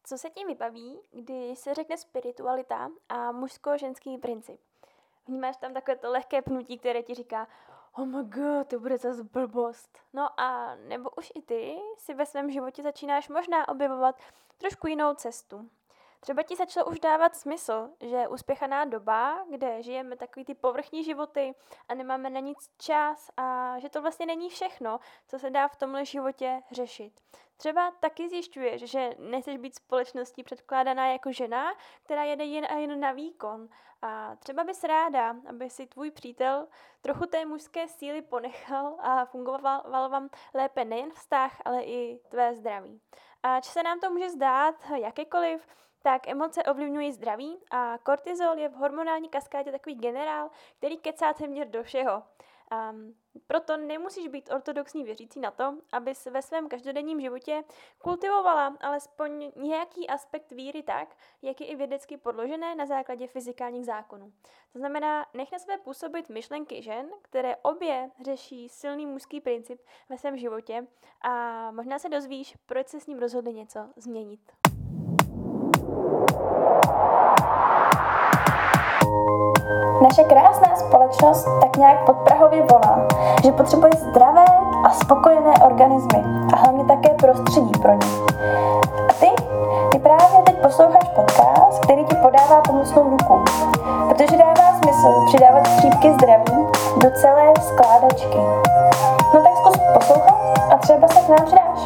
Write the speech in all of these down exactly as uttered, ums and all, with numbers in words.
Co se tím vybaví, když se řekne spiritualita a mužsko-ženský princip? Vnímáš tam takové to lehké pnutí, které ti říká, oh my god, to bude zase blbost. No a nebo už i ty si ve svém životě začínáš možná objevovat trošku jinou cestu. Třeba ti začalo už dávat smysl, že uspěchaná doba, kde žijeme takový ty povrchní životy a nemáme na nic čas a že to vlastně není všechno, co se dá v tomhle životě řešit. Třeba taky zjišťuješ, že nechceš být společností předkládaná jako žena, která jede jen a jen na výkon. A třeba bys ráda, aby si tvůj přítel trochu té mužské síly ponechal a fungoval vám lépe nejen vztah, ale i tvé zdraví. A či se nám to může zdát jakékoliv, tak emoce ovlivňují zdraví a kortizol je v hormonální kaskádě takový generál, který kecá téměř do všeho. Um, proto nemusíš být ortodoxní věřící na to, abys ve svém každodenním životě kultivovala alespoň nějaký aspekt víry tak, jak je i vědecky podložené na základě fyzikálních zákonů. To znamená, nech na své působit myšlenky žen, které obě řeší silný mužský princip ve svém životě a možná se dozvíš, proč se s ním rozhodli něco změnit. Naše krásná společnost tak nějak podprahově volá, že potřebuje zdravé a spokojené organismy a hlavně také prostředí pro ně. A ty? Ty právě teď posloucháš podcast, který ti podává pomocnou ruku, protože dává smysl přidávat střípky zdraví do celé skládačky. No tak zkus poslouchat a třeba se k nám přidáš.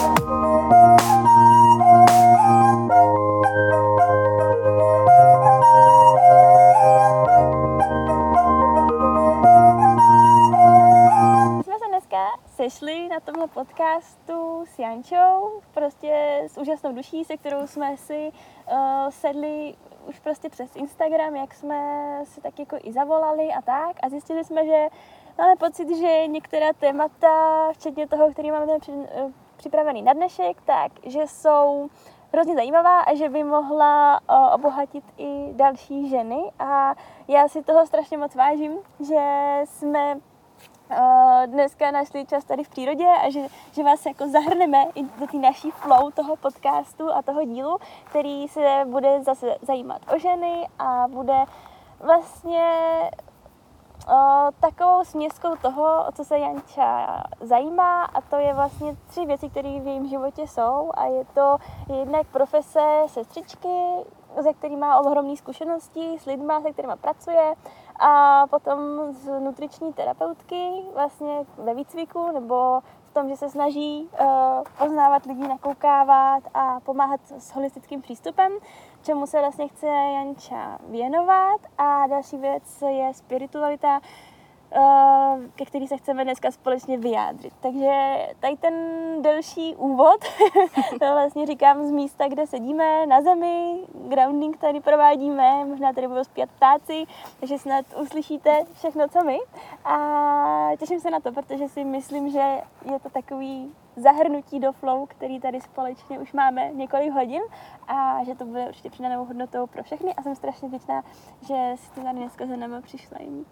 Sešli na tomhle podcastu s Jančou, prostě s úžasnou duší, se kterou jsme si uh, sedli už prostě přes Instagram, jak jsme si tak jako i zavolali a tak a zjistili jsme, že máme pocit, že některá témata, včetně toho, který máme ten při, uh, připravený na dnešek, tak, že jsou hrozně zajímavá a že by mohla uh, obohatit i další ženy a já si toho strašně moc vážím, že jsme dneska našli čas tady v přírodě a že, že vás jako zahrneme i do té naší flow toho podcastu a toho dílu, který se bude zase zajímat o ženy a bude vlastně o, takovou směskou toho, o co se Janča zajímá, a to je vlastně tři věci, které v jejím životě jsou a je to jednak profese sestřičky, ze který má ohromné zkušenosti s lidma, se kterými pracuje, a potom z nutriční terapeutky vlastně ve výcviku nebo v tom, že se snaží uh, poznávat lidi, nakoukávat a pomáhat s holistickým přístupem, čemu se vlastně chce Janča věnovat. A další věc je spiritualita, Uh, ke který se chceme dneska společně vyjádřit. Takže tady ten delší úvod, to vlastně říkám z místa, kde sedíme na zemi, grounding tady provádíme, možná tady budou zpívat ptáci, takže snad uslyšíte všechno, co my. A těším se na to, protože si myslím, že je to takový zahrnutí do flow, který tady společně už máme několik hodin a že to bude určitě přidanou hodnotou pro všechny a jsem strašně vděčná, že si ty tady dneska za náma přišla.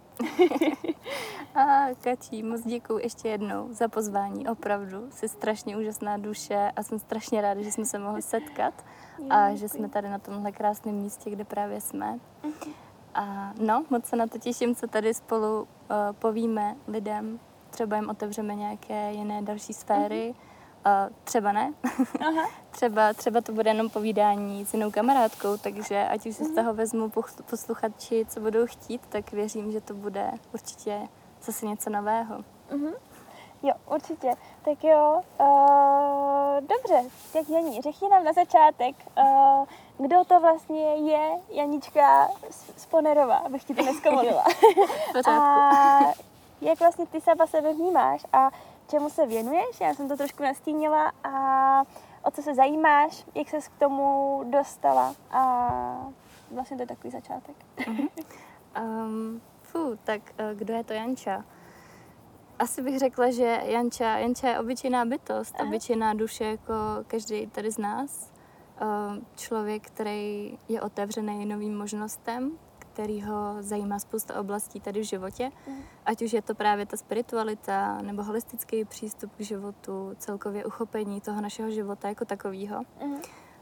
A Katí, moc děkuju ještě jednou za pozvání, opravdu, jsi strašně úžasná duše a jsem strašně ráda, že jsme se mohli setkat a že jsme tady na tomhle krásném místě, kde právě jsme. A no, moc se na to těším, co tady spolu uh, povíme lidem. Třeba jim otevřeme nějaké jiné další sféry, uh, třeba ne. Aha. třeba, třeba to bude jenom povídání s jinou kamarádkou, takže ať už si z toho vezmu posluchači, co budou chtít, tak věřím, že to bude určitě zase něco nového. Uh-huh. Jo, určitě. Tak jo, uh, dobře, tak Janí, řekni nám na začátek, uh, kdo to vlastně je Janička Sponerová, abych ti to dneska volila. A jak vlastně ty sama sebe vnímáš a čemu se věnuješ? Já jsem to trošku nastínila a o co se zajímáš, jak ses k tomu dostala a vlastně to je takový začátek. Uh-huh. um, fů, tak kdo je to Janča? Asi bych řekla, že Janča, Janča je obyčejná bytost, Aha. obyčejná duše jako každý tady z nás. Člověk, který je otevřený novým možnostem, který ho zajímá spousta oblastí tady v životě. Mm. Ať už je to právě ta spiritualita, nebo holistický přístup k životu, celkově uchopení toho našeho života jako takového. Mm.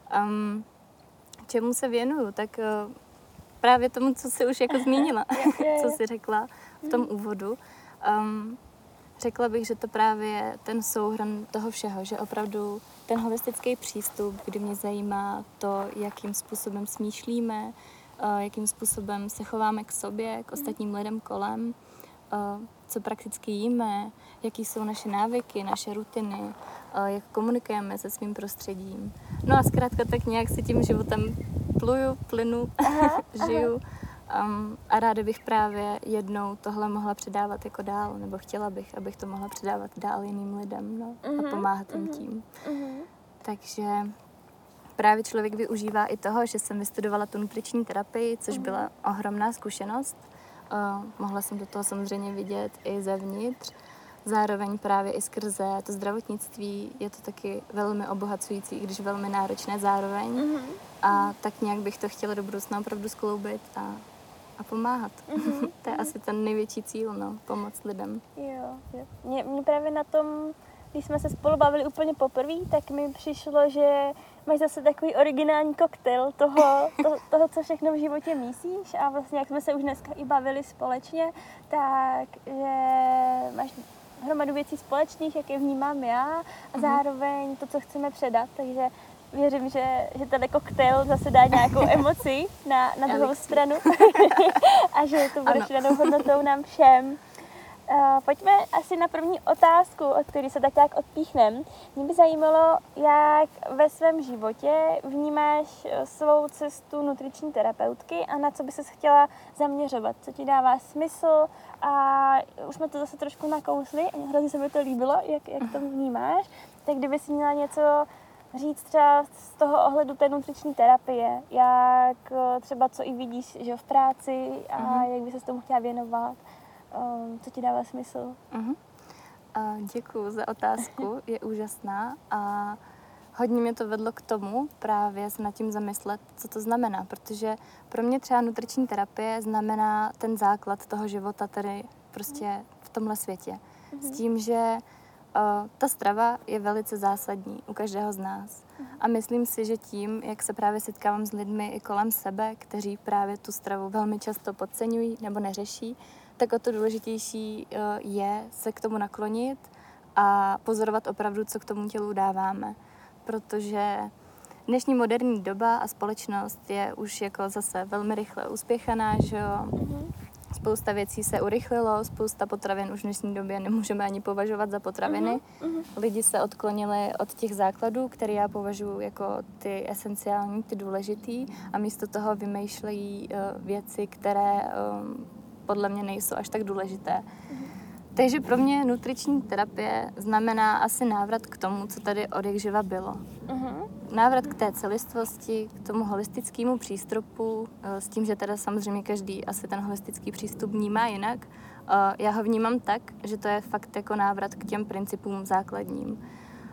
Um, čemu se věnuju? Tak uh, právě tomu, co jsi už jako zmínila, co jsi řekla v tom úvodu. Um, řekla bych, že to právě je ten souhrn toho všeho, že opravdu ten holistický přístup, kdy mě zajímá to, jakým způsobem smýšlíme, uh, jakým způsobem se chováme k sobě, k ostatním lidem kolem, uh, co prakticky jíme, jaký jsou naše návyky, naše rutiny, uh, jak komunikujeme se svým prostředím. No a zkrátka tak nějak si tím životem pluju, plynu, aha, žiju. Um, a ráda bych právě jednou tohle mohla předávat jako dál, nebo chtěla bych, abych to mohla předávat dál jiným lidem, no, uh-huh, a pomáhat jim uh-huh, tím. Uh-huh. Takže právě člověk využívá i toho, že jsem vystudovala tu nutriční terapii, což uh-huh. byla ohromná zkušenost. Uh, mohla jsem do toho samozřejmě vidět i zevnitř. Zároveň právě i skrze to zdravotnictví je to taky velmi obohacující, i když velmi náročné zároveň. Mm-hmm. A tak nějak bych to chtěla do budoucna opravdu skloubit a, a pomáhat. Mm-hmm. To je asi ten největší cíl, no, pomoct lidem. Jo, jo. Mě, mě právě na tom, když jsme se spolu bavili úplně poprvé, tak mi přišlo, že máš zase takový originální koktejl toho, to, toho, co všechno v životě myslíš. A vlastně, jak jsme se už dneska i bavili společně, tak že máš hromadu věcí společných, jak je vnímám já, a zároveň to, co chceme předat. Takže věřím, že, že ten koktejl zase dá nějakou emoci na, na druhou stranu a že to bude přidanou hodnotou nám všem. Uh, pojďme asi na první otázku, od které se tak nějak odpíchneme. Mě by zajímalo, jak ve svém životě vnímáš svou cestu nutriční terapeutky a na co by ses chtěla zaměřovat, co ti dává smysl. A už jsme to zase trošku nakousli, hrozně se mi to líbilo, jak, jak to vnímáš. Tak kdyby si měla něco říct třeba z toho ohledu té nutriční terapie, jak třeba co i vidíš, že v práci a mm-hmm. jak by se tomu chtěla věnovat. Um, co ti dává smysl? Uh-huh. Uh, děkuju za otázku, je úžasná a hodně mě to vedlo k tomu právě se nad tím zamyslet, co to znamená, protože pro mě třeba nutriční terapie znamená ten základ toho života tady prostě v tomhle světě. Uh-huh. S tím, že uh, ta strava je velice zásadní u každého z nás. Uh-huh. A myslím si, že tím, jak se právě setkávám s lidmi i kolem sebe, kteří právě tu stravu velmi často podceňují nebo neřeší, tak o to důležitější je se k tomu naklonit a pozorovat opravdu, co k tomu tělu dáváme. Protože dnešní moderní doba a společnost je už jako zase velmi rychle uspěchaná, že jo. Mm-hmm. Spousta věcí se urychlilo, spousta potravin už v dnešní době nemůžeme ani považovat za potraviny. Mm-hmm. Lidi se odklonili od těch základů, které já považuji jako ty esenciální, ty důležitý, a místo toho vymýšlejí uh, věci, které um, podle mě nejsou až tak důležité. Mm-hmm. Takže pro mě nutriční terapie znamená asi návrat k tomu, co tady odjakživa bylo. Mm-hmm. Návrat k té celistvosti, k tomu holistickému přístupu, s tím, že teda samozřejmě každý asi ten holistický přístup vnímá jinak. Já ho vnímám tak, že to je fakt jako návrat k těm principům základním.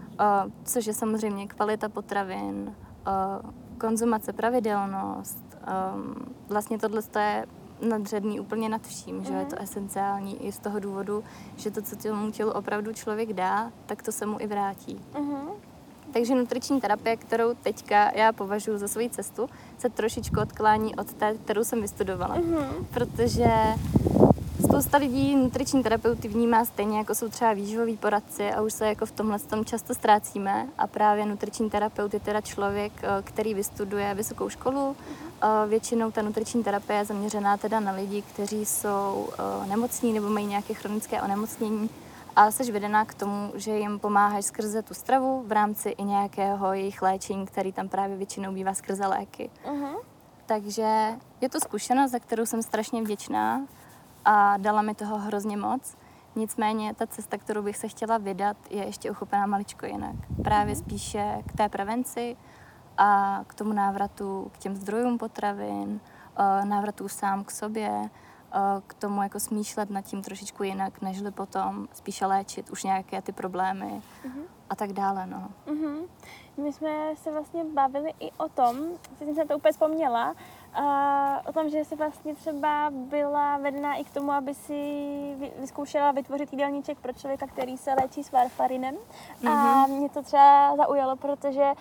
Což je samozřejmě kvalita potravin, konzumace, pravidelnost. Vlastně tohle je nadřadný úplně nad vším, mm. že je to esenciální i z toho důvodu, že to, co tomu tělu opravdu člověk dá, tak to se mu i vrátí. Mm. Takže nutriční terapie, kterou teďka já považuji za svoji cestu, se trošičku odklání od té, kterou jsem vystudovala. Mm. Protože spousta lidí nutriční terapeuty vnímá stejně, jako jsou třeba výživoví poradci, a už se jako v tomhle tom často ztrácíme. A právě nutriční terapeut je teda člověk, který vystuduje vysokou školu. Většinou ta nutriční terapie je zaměřená teda na lidi, kteří jsou nemocní nebo mají nějaké chronické onemocnění, a jsi vedená k tomu, že jim pomáháš skrze tu stravu v rámci i nějakého jejich léčení, který tam právě většinou bývá skrze léky. Uh-huh. Takže je to zkušenost, za kterou jsem strašně vděčná a dala mi toho hrozně moc. Nicméně ta cesta, kterou bych se chtěla vydat, je ještě uchopená maličko jinak. Právě uh-huh. spíše k té prevenci a k tomu návratu k těm zdrojům potravin, návratu sám k sobě, k tomu jako smýšlet nad tím trošičku jinak, nežli potom spíše léčit už nějaké ty problémy uh-huh. a tak dále, no. Uh-huh. My jsme se vlastně bavili i o tom, si jsem to úplně vzpomněla, uh, o tom, že jsi vlastně třeba byla vedená i k tomu, aby si vyzkoušela vytvořit jídelníček pro člověka, který se léčí s varfarinem. Uh-huh. A mě to třeba zaujalo, protože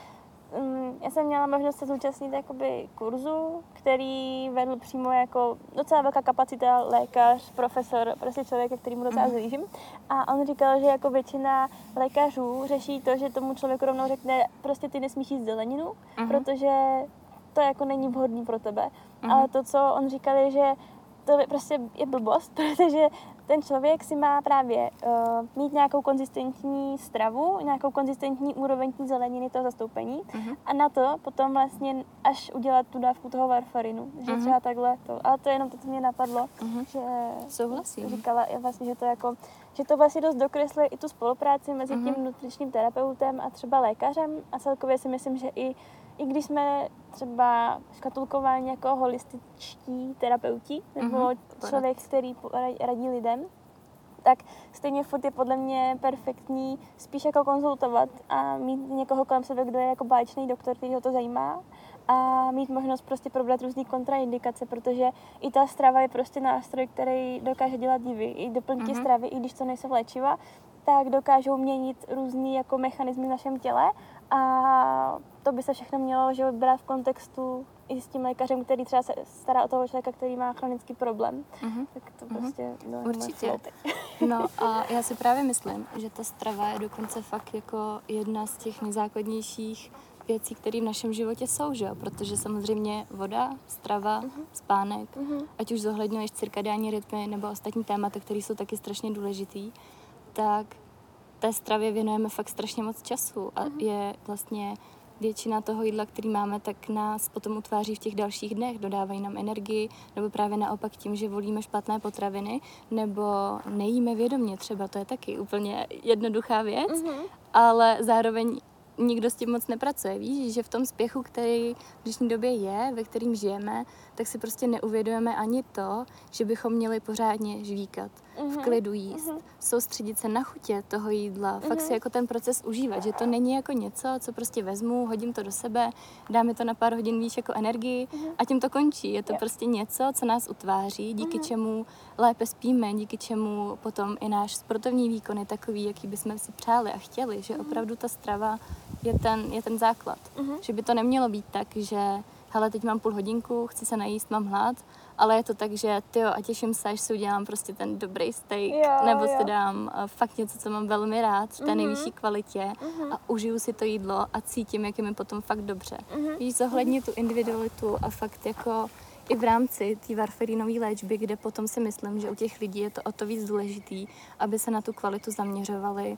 já jsem měla možnost se zúčastnit jakoby kurzu, který vedl přímo jako docela velká kapacita lékař, profesor, prostě člověk, kterýmu docela Mhm. zlížím. A on říkal, že jako většina lékařů řeší to, že tomu člověku rovnou řekne, prostě ty nesmíš jíst zeleninu, Mhm. protože to jako není vhodný pro tebe. Mhm. Ale to, co on říkal, je, že to je prostě je blbost, protože ten člověk si má právě uh, mít nějakou konzistentní stravu, nějakou konzistentní úroveň té zeleniny, toho zastoupení Mhm. a na to potom vlastně až udělat tu dávku toho varfarinu, že Mhm. třeba takhle to. Ale to je jenom to, co mě napadlo, Mhm. že Souhlasím. říkala je vlastně, že to jako, že to vlastně dost dokresluje i tu spolupráci mezi Mhm. tím nutričním terapeutem a třeba lékařem a celkově si myslím, že i i když jsme třeba škatulkováni jako holističtí terapeuti, nebo Mhm. člověk, který po- radí lidem, tak stejně furt je podle mě perfektní spíš jako konzultovat a mít někoho kolem sebe, kdo je jako báječný doktor, který ho to zajímá a mít možnost prostě probrat různý kontraindikace, protože i ta strava je prostě nástroj, který dokáže dělat divy. I doplňky Mhm. stravy, i když to nejsou léčiva, tak dokážou měnit různý jako mechanismy v našem těle a to by se všechno mělo že brát v kontextu i s tím lékařem, který třeba se stará o toho člověka, který má chronický problém. Mhm. Tak to Mhm. prostě no, Určitě. No a já si právě myslím, že ta strava je dokonce fakt jako jedna z těch nejzákladnějších věcí, které v našem životě jsou, že jo? Protože samozřejmě voda, strava, Mhm. spánek, Mhm. ať už zohledňuješ cirkadiální rytmy nebo ostatní témata, které jsou taky strašně důležitý, tak té stravě věnujeme fakt strašně moc času a Mhm. je vlastně většina toho jídla, který máme, tak nás potom utváří v těch dalších dnech, dodávají nám energii, nebo právě naopak tím, že volíme špatné potraviny, nebo nejíme vědomě třeba, to je taky úplně jednoduchá věc, Mhm. ale zároveň nikdo s tím moc nepracuje. Víš, že v tom spěchu, který v dnešní době je, ve kterým žijeme, tak si prostě neuvědomujeme ani to, že bychom měli pořádně žvíkat, v Mhm. klidu jíst, Mhm. soustředit se na chutě toho jídla, fakt Mhm. si jako ten proces užívat, že to není jako něco, co prostě vezmu, hodím to do sebe, dá mi to na pár hodin, víš, jako energii Mhm. a tím to končí. Je to Jo. prostě něco, co nás utváří, díky Mhm. čemu lépe spíme, díky čemu potom i náš sportovní výkon je takový, jaký bychom si přáli a chtěli, že opravdu ta strava je ten, je ten základ. Mhm. Že by to nemělo být tak, že hele, teď mám půl hodinku, chci se najíst, mám hlad, ale je to tak, že tyjo, a těším se, až si udělám prostě ten dobrý steak, Jo, nebo jo. si dám uh, fakt něco, co mám velmi rád, v té Mhm. nejvyšší kvalitě Mhm. a užiju si to jídlo a cítím, jak je mi potom fakt dobře. Mhm. Víš, zohlednit tu individualitu a fakt jako i v rámci té varfarinové léčby, kde potom si myslím, že u těch lidí je to o to víc důležitý, aby se na tu kvalitu zaměřovali,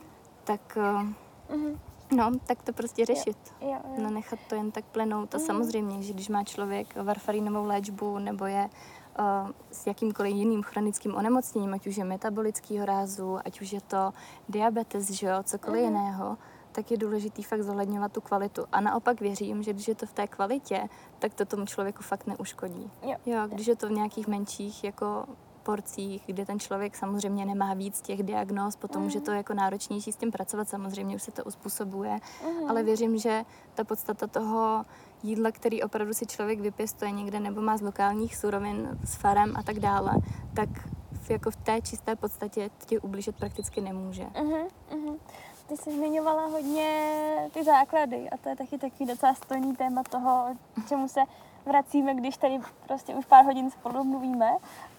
tak uh, Mhm. no, tak to prostě řešit. Jo, jo. No, nechat to jen tak plynout. A Mhm. samozřejmě, že když má člověk varfarinovou léčbu nebo je uh, s jakýmkoliv jiným chronickým onemocněním, ať už je metabolického rázu, ať už je to diabetes, že jo, cokoliv Mhm. jiného, tak je důležitý fakt zohledňovat tu kvalitu. A naopak věřím, že když je to v té kvalitě, tak to tomu člověku fakt neuškodí. Jo. Jo, když je to v nějakých menších jako porcích, kde ten člověk samozřejmě nemá víc těch diagnóz, potom už je to jako náročnější s tím pracovat, samozřejmě už se to uspůsobuje, Mhm. ale věřím, že ta podstata toho jídla, který opravdu si člověk vypěstuje někde nebo má z lokálních surovin, s farem a tak dále, tak v, jako v té čisté podstatě ti ublížit prakticky nemůže. Mhm, mhm. Ty jsi zmiňovala hodně ty základy a to je taky takový docela stojný téma toho, čemu se vracíme, když tady prostě už pár hodin spolu mluvíme.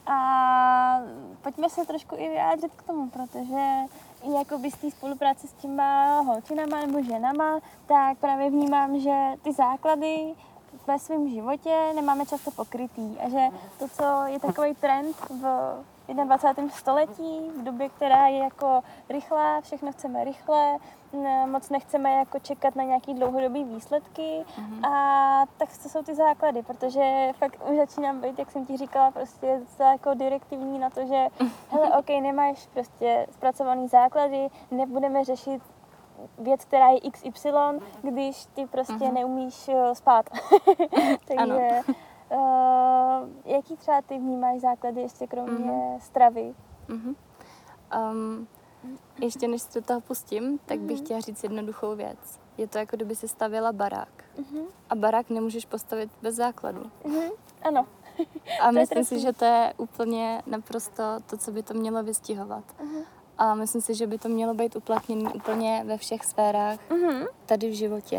A pojďme se trošku i vyjádřit k tomu, protože i jakoby z té spolupráce s těma holčinama nebo ženama, tak právě vnímám, že ty základy ve svém životě nemáme často pokrytý a že to, co je takový trend v dvacátém prvním století, v době, která je jako rychlá, všechno chceme rychle, ne, moc nechceme jako čekat na nějaký dlouhodobý výsledky Mhm. a tak to jsou ty základy, protože fakt už začínám být, jak jsem ti říkala, prostě docela jako direktivní na to, že hele, ok, nemáš prostě zpracovaný základy, nebudeme řešit věc, která je iks ypsilon, když ty prostě Mhm. neumíš uh, spát. Takže uh, jaký třeba ty vnímáš základy ještě kromě Mhm. stravy? Mhm. Um, ještě než se do toho pustím, tak bych Mhm. chtěla říct jednoduchou věc. Je to jako kdyby si stavěla barák. Mhm. A barák nemůžeš postavit bez základu. Mhm. Ano. A je myslím si, trefný. že to je úplně naprosto to, co by to mělo vystihovat. Mhm. A myslím si, že by to mělo být uplatněné úplně ve všech sférách Mhm. tady v životě.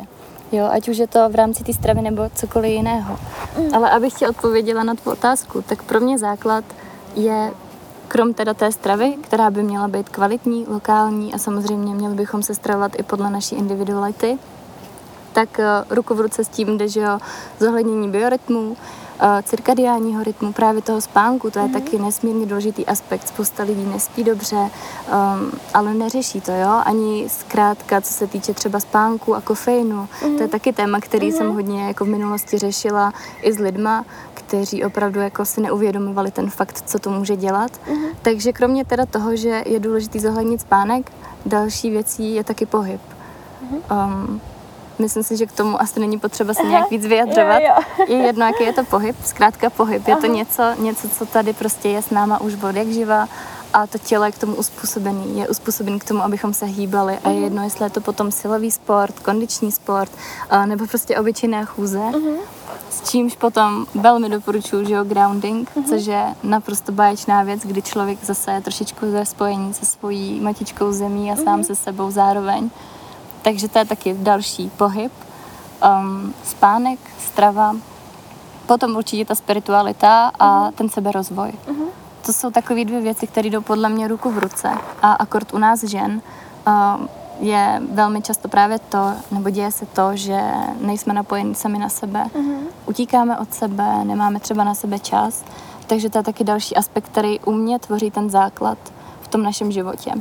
Jo, ať už je to v rámci té stravy nebo cokoliv jiného. Mm. Ale abych ti odpověděla na tvou otázku, tak pro mě základ je, krom teda té stravy, která by měla být kvalitní, lokální a samozřejmě měli bychom se stravovat i podle naší individuality, tak uh, ruku v ruce s tím jde, že jo, zohlednění biorytmů, uh, cirkadiánního rytmu, právě toho spánku, to je mm-hmm. taky nesmírně důležitý aspekt. Spousta lidí nespí dobře, um, ale neřeší to, jo, ani zkrátka, co se týče třeba spánku a kofeinu. Mm-hmm. To je taky téma, který mm-hmm. jsem hodně jako v minulosti řešila i s lidma, kteří opravdu jako si neuvědomovali ten fakt, co to může dělat. Mm-hmm. Takže kromě teda toho, že je důležitý zohlednit spánek, další věcí je taky pohyb. Mm-hmm. Um, Myslím si, že k tomu asi není potřeba se nějak víc vyjadřovat. Jo, jo. Je jedno, jaký je to pohyb, zkrátka pohyb. Je to něco, něco, co tady prostě je s náma už od jak živa a to tělo je k tomu uspůsobený. Je uspůsobený k tomu, abychom se hýbali a je jedno, jestli je to potom silový sport, kondiční sport nebo prostě obyčejná chůze. Uh-huh. S čímž potom velmi doporučuji, že jo, grounding, uh-huh. což je naprosto báječná věc, kdy člověk zase je trošičku ze spojení se svojí matičkou zemí a sám uh-huh. se sebou zároveň. Takže to je taky další pohyb, um, spánek, strava, potom určitě ta spiritualita a uh-huh. ten seberozvoj. Uh-huh. To jsou takové dvě věci, které jdou podle mě ruku v ruce. A akord u nás žen um, je velmi často právě to, nebo děje se to, že nejsme napojeni sami na sebe, uh-huh. utíkáme od sebe, nemáme třeba na sebe čas, takže to je taky další aspekt, který u mě tvoří ten základ v tom našem životě.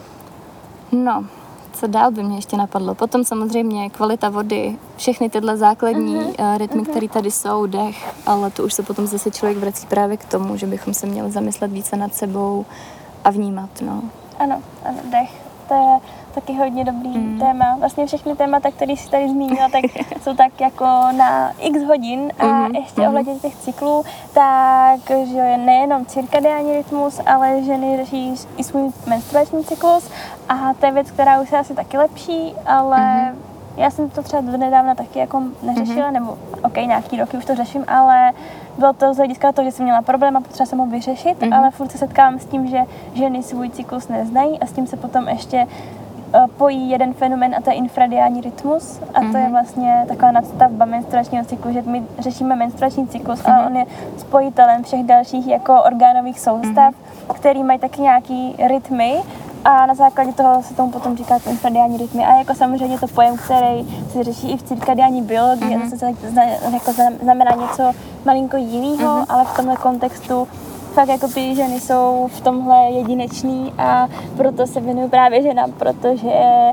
No, co dál by mě ještě napadlo? Potom samozřejmě kvalita vody, všechny tyhle základní uh-huh. rytmy, uh-huh. které tady jsou, dech, ale to už se potom zase člověk vrací právě k tomu, že bychom se měli zamyslet více nad sebou a vnímat, no. Ano, ano, dech, to je taky hodně dobrý mm. téma. Vlastně všechny témata, které jsi tady zmínila, tak jsou tak jako na x hodin a mm. ještě mm. ohledně těch cyklů, tak že je nejenom cirkadiální rytmus, ale ženy řeší i svůj menstruační cyklus a to je věc, která už se asi taky lepší, ale mm. já jsem to třeba do nedávna taky jako neřešila, mm. nebo ok, nějaký roky už to řeším, ale bylo to z hlediska toho, že jsem měla problém a potřeba jsem ho vyřešit, mm. ale furt se setkávám s tím, že ženy svůj cyklus neznají a s tím se potom ještě pojí jeden fenomén a to je infradiální rytmus a mm-hmm. to je vlastně taková nadstavba menstruačního cyklu, že my řešíme menstruační cyklus mm-hmm. a on je spojitelem všech dalších jako orgánových soustav, mm-hmm. který mají taky nějaký rytmy a na základě toho se tomu potom říká infradiální rytmy a jako samozřejmě to pojem, který se řeší i v cirkadiální biologii mm-hmm. a to se jako znamená něco malinko jiného, mm-hmm. ale v tomhle kontextu fakt jako ty ženy jsou v tomhle jedinečný a proto se věnuju právě ženám, protože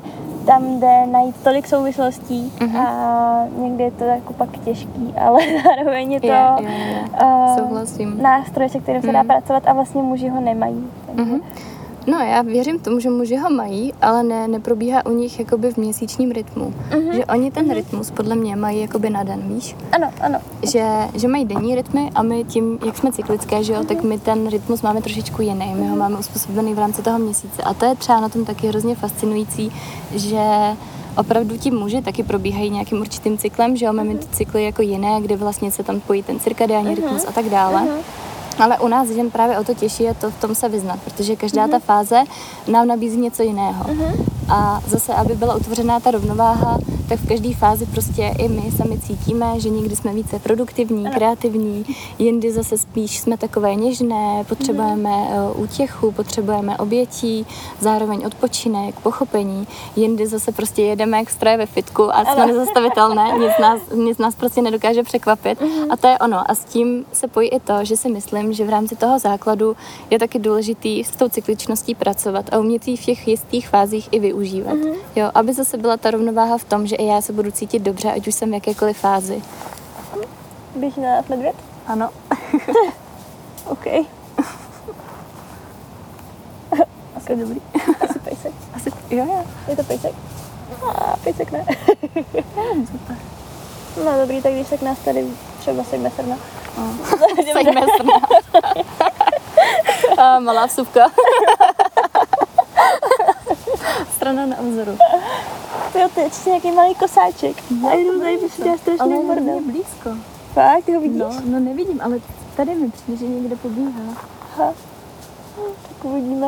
tam jde najít tolik souvislostí mm-hmm. a někdy je to jako pak těžký, ale zároveň je to je, je, je. Uh, Souhlasím. nástroj, se kterým se dá mm. pracovat a vlastně muži ho nemají. Takže. Mm-hmm. No, já věřím tomu, že muži ho mají, ale ne, neprobíhá u nich jakoby v měsíčním rytmu. Mm-hmm. Že oni ten mm-hmm. rytmus podle mě mají jakoby na den, víš? Ano, ano. Že, že mají denní rytmy a my tím, jak jsme cyklické, že jo, mm-hmm. tak my ten rytmus máme trošičku jiný. My mm-hmm. ho máme uspůsobený v rámci toho měsíce. A to je třeba na tom taky hrozně fascinující, že opravdu ti muži taky probíhají nějakým určitým cyklem, že jo, máme ty cykly jako jiné, kde vlastně se tam pojí ten cirkadiální mm-hmm. rytmus a tak dále. Mm-hmm. Ale u nás žen právě o to těžší je to v tom se vyznat, protože každá mm-hmm. ta fáze nám nabízí něco jiného. Mm-hmm. A zase, aby byla utvořená ta rovnováha, tak v každé fázi prostě i my sami cítíme, že někdy jsme více produktivní, kreativní, jindy zase spíš jsme takové něžné, potřebujeme mm-hmm. útěchu, potřebujeme obětí, zároveň odpočinek, pochopení. Jindy zase prostě jedeme jak stroje ve fitku a jsme nezastavitelné, nic nás, nic nás prostě nedokáže překvapit. Mm-hmm. A to je ono. A s tím se pojí i to, že si myslím, že v rámci toho základu je taky důležitý s tou cykličností pracovat a umět ji v těch jistých fázích i využívat. Mm-hmm. Jo, aby zase byla ta rovnováha v tom, že i já se budu cítit dobře, ať už jsem v jakékoliv fázi. Běží na nás medvěd? Ano. OK. Asi dobrý. Asi pejsek. Asi, jo, jo. Je to pejsek? A pejsek ne. Já, super. No dobrý, tak když tak nás tady třeba sejme srna. Sejme srna. A malá vsuvka. Strana na obzoru. Jo, to je ještě nějaký malý kosáček. No, a jenom tady by si dělá strašný bordel. Ale je blízko. Fakt, ty ho vidíš? No, no nevidím, ale tady mi přijde, že někde pobíhá. Aha. Tak uvidíme.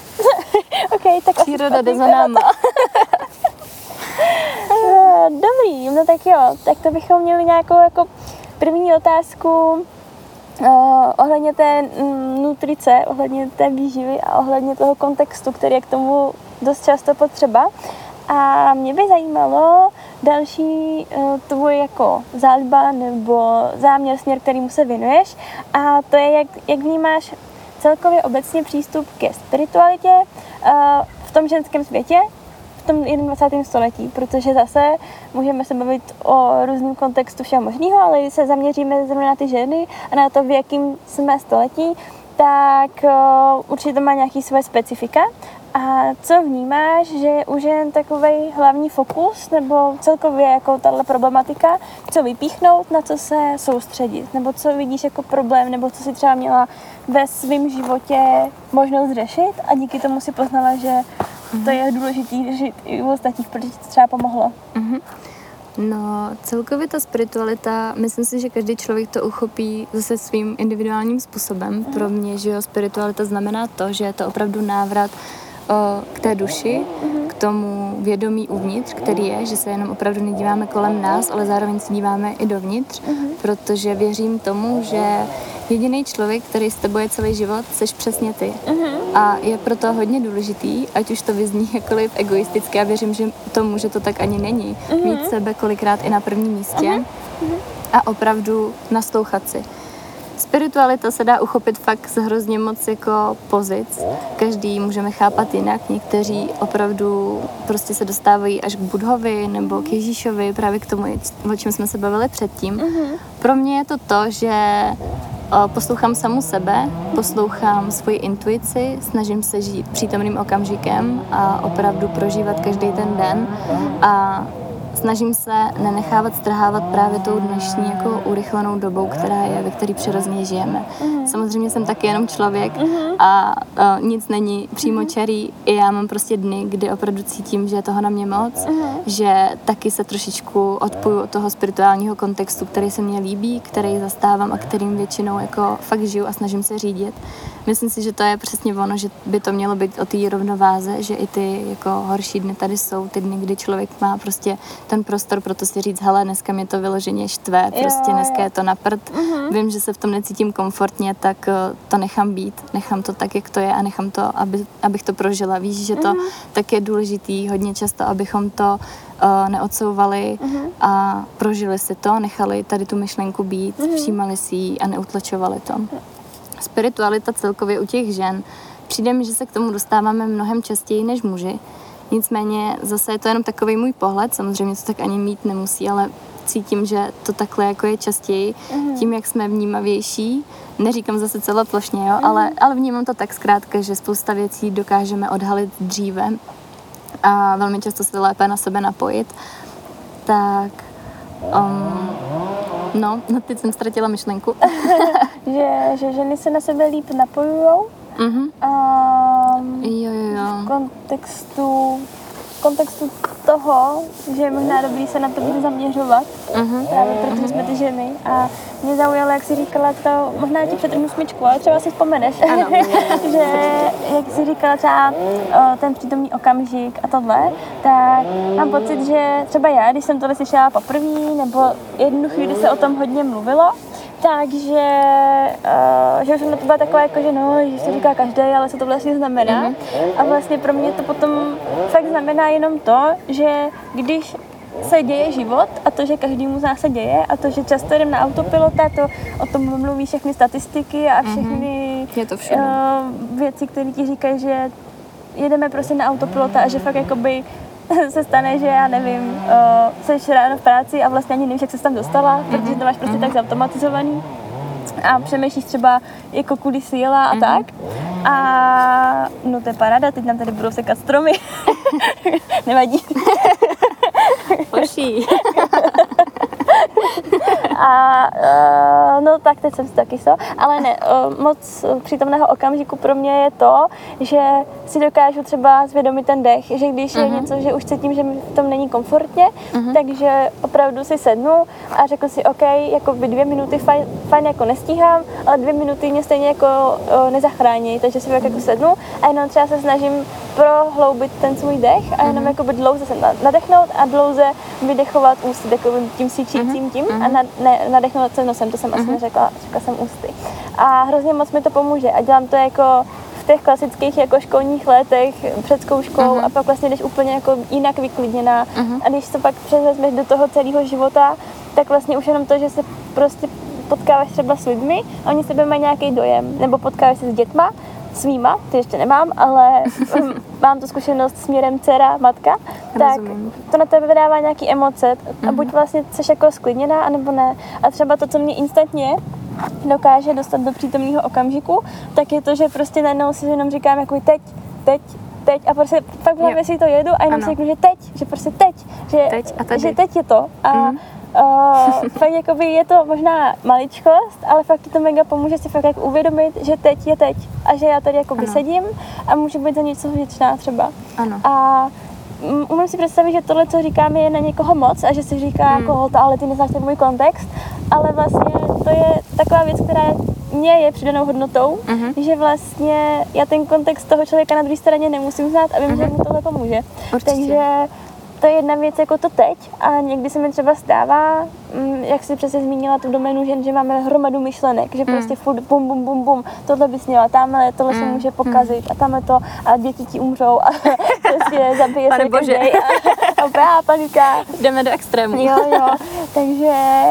OK, tak příroda jde za náma. Dobrý, Dobrý, no tak jo, tak to bychom měli nějakou jako první otázku uh, ohledně té mm, nutrice, ohledně té výživy a ohledně toho kontextu, který je k tomu dost často potřeba. A mě by zajímalo další uh, tvůj jako záliba nebo záměr, směr, kterýmu se věnuješ. A to je, jak, jak vnímáš celkově obecně přístup ke spiritualitě uh, v tom ženském světě, v tom dvacátém prvním století, protože zase můžeme se bavit o různém kontextu všeho možného, ale když se zaměříme zrovna na ty ženy a na to, v jakém jsme století, tak uh, určitě to má nějaký své specifika. A co vnímáš, že je u žen takovej hlavní fokus, nebo celkově jako tahle problematika, co vypíchnout, na co se soustředit, nebo co vidíš jako problém, nebo co si třeba měla ve svém životě možnost řešit a díky tomu si poznala, že to je důležité řešit i u ostatních, protože ti to třeba pomohlo. Mm-hmm. No, celkově ta spiritualita, myslím si, že každý člověk to uchopí zase svým individuálním způsobem. Mm-hmm. Pro mě, že jo, spiritualita znamená to, že je to opravdu návrat o, k té duši, mm-hmm. k tomu vědomí uvnitř, který je, že se jenom opravdu nedíváme kolem nás, ale zároveň se díváme i dovnitř, mm-hmm. protože věřím tomu, že jediný člověk, který s tebou je celý život, seš přesně ty. Uh-huh. A je proto hodně důležitý, ať už to vyzní jakkoliv egoisticky, a věřím, že tomu, že to tak ani není, uh-huh. mít sebe kolikrát i na prvním místě uh-huh. a opravdu naslouchat si. Spiritualita se dá uchopit fakt z hrozně moc jako pozic. Každý můžeme chápat jinak. Někteří opravdu prostě se dostávají až k Budhovi nebo k Ježíšovi, právě k tomu, o čem jsme se bavili předtím. Uh-huh. Pro mě je to to, že poslouchám samu sebe, poslouchám svoji intuici, snažím se žít přítomným okamžikem a opravdu prožívat každý ten den a snažím se nenechávat strhávat právě tou dnešní jako urychlenou dobou, která je, ve které přirozeně žijeme. Mm. Samozřejmě jsem taky jenom člověk mm-hmm. a uh, nic není přímočarý. Mm-hmm. I já mám prostě dny, kdy opravdu cítím, že je toho na mě moc, mm-hmm. že taky se trošičku odpoju od toho spirituálního kontextu, který se mně líbí, který zastávám a kterým většinou jako fakt žiju a snažím se řídit. Myslím si, že to je přesně ono, že by to mělo být o té rovnováze, že i ty jako horší dny tady jsou, ty dny, kdy člověk má prostě ten prostor pro to si říct, hele, dneska mě to vyloženě štve, prostě jo, dneska jo. je to na prd. Uh-huh. Vím, že se v tom necítím komfortně, tak to nechám být, nechám to tak, jak to je a nechám to, aby, abych to prožila. Víš, že to uh-huh. tak je důležitý hodně často, abychom to uh, neodsouvali uh-huh. a prožili si to, nechali tady tu myšlenku být, uh-huh. všímali si ji a neutlačovali to. Spiritualita celkově u těch žen, přijde mi, že se k tomu dostáváme mnohem častěji než muži. Nicméně zase je to jenom takový můj pohled, samozřejmě to tak ani mít nemusí, ale cítím, že to takhle jako je častěji, mm. tím, jak jsme vnímavější. Neříkám zase celoplošně, jo, mm. ale, ale vnímám to tak zkrátka, že spousta věcí dokážeme odhalit dříve a velmi často se lépe na sebe napojit. Tak, um, no, no teď jsem ztratila myšlenku. že, že ženy se na sebe líp napojujou. Mm-hmm. Um, jo, jo, jo. V kontextu, v kontextu toho, že je možná dobrý se na to víc zaměřovat, uh-huh. právě protože jsme ty ženy. A mě zaujalo, jak jsi říkala to, možná ti přetrhnu smyčku, ale třeba si vzpomeneš, že jak jsi říkala třeba o, ten přítomný okamžik a tohle, tak mám pocit, že třeba já, když jsem tohle slyšela poprvé, nebo jednu chvíli se o tom hodně mluvilo, takže uh, že už jsem na to byla taková jako, že no, že to říká každý, ale co to vlastně znamená. Mm-hmm. A vlastně pro mě to potom fakt znamená jenom to, že když se děje život a to, že každému z nás se děje a to, že často jdem na autopilota, to o tom mluví všechny statistiky a všechny mm-hmm. Je to uh, věci, které ti říkají, že jedeme prostě na autopilota a že fakt jakoby se stane, že já nevím, uh, seš ráno v práci a vlastně ani nevíš, jak jsi tam dostala, mm-hmm. protože to máš prostě mm-hmm. tak zautomatizovaný a přemýšlíš třeba, jako kudy jsi jela a mm-hmm. tak. A no to je paráda, teď nám tady budou sekat stromy. Nevadí. Poší. A uh, no tak teď jsem si taky so, ale ne, uh, moc přítomného okamžiku pro mě je to, že si dokážu třeba zvědomit ten dech, že když uh-huh. je něco, že už cítím, že mi v tom není komfortně, uh-huh. takže opravdu si sednu a řeknu si, OK, jako by dvě minuty fajn, fajn jako nestíhám, ale dvě minuty mě stejně jako uh, nezachrání, takže si tak jako sednu a jenom třeba se snažím prohloubit ten svůj dech a jenom mm-hmm. jakoby dlouze se nadechnout a dlouze vydechovat ústy takovým tím syčícím tím mm-hmm. a nad, ne, nadechnout se nosem, to jsem mm-hmm. asi neřekla, řekla jsem ústy. A hrozně moc mi to pomůže a dělám to jako v těch klasických jako školních letech před zkouškou uh-huh. a pak vlastně jdeš úplně jako jinak vyklidněná uh-huh. a když to pak převezmeš do toho celého života, tak vlastně už jenom to, že se prostě potkáváš třeba s lidmi a oni sebe mají nějaký dojem, nebo potkáváš se s dětma, svýma, ty ještě nemám, ale mám tu zkušenost směrem dcera, matka, tak Rozumím. To na tebe vydává nějaký emoce a uh-huh. buď vlastně jsi jako sklidněná, anebo ne. A třeba to, co mě instantně dokáže dostat do přítomného okamžiku, tak je to, že prostě najednou si jenom říkám jako teď, teď, teď a prostě fakt v hlavě si to jedu a jenom ano. si řeknu, že teď, že prostě teď, že teď, a že teď je to a mm. uh, fakt jakoby je to možná maličkost, ale fakt ti to mega pomůže si fakt jako uvědomit, že teď je teď a že já tady jakoby sedím a můžu být za něco vděčná třeba. Ano. A umím si představit, že tohle, co říkám, je na někoho moc a že si říká, hmm. jako holta, ale ty neznáš ten můj kontext, ale vlastně to je taková věc, která mě je přidanou hodnotou, uh-huh. že vlastně já ten kontext toho člověka na druhé straně nemusím znát a vím, uh-huh. že mu tohle pomůže. Určitě. Takže to je jedna věc jako to teď a někdy se mi třeba stává, jak jsi přesně zmínila tu doménu žen, že máme hromadu myšlenek, že prostě furt bum, bum, bum, bum, tohle bys měla, tamhle, tohle se může pokazit a tamhle to a děti ti umřou a prostě zabije se každej a úplná panika. Jdeme do extrému. Jo, jo, takže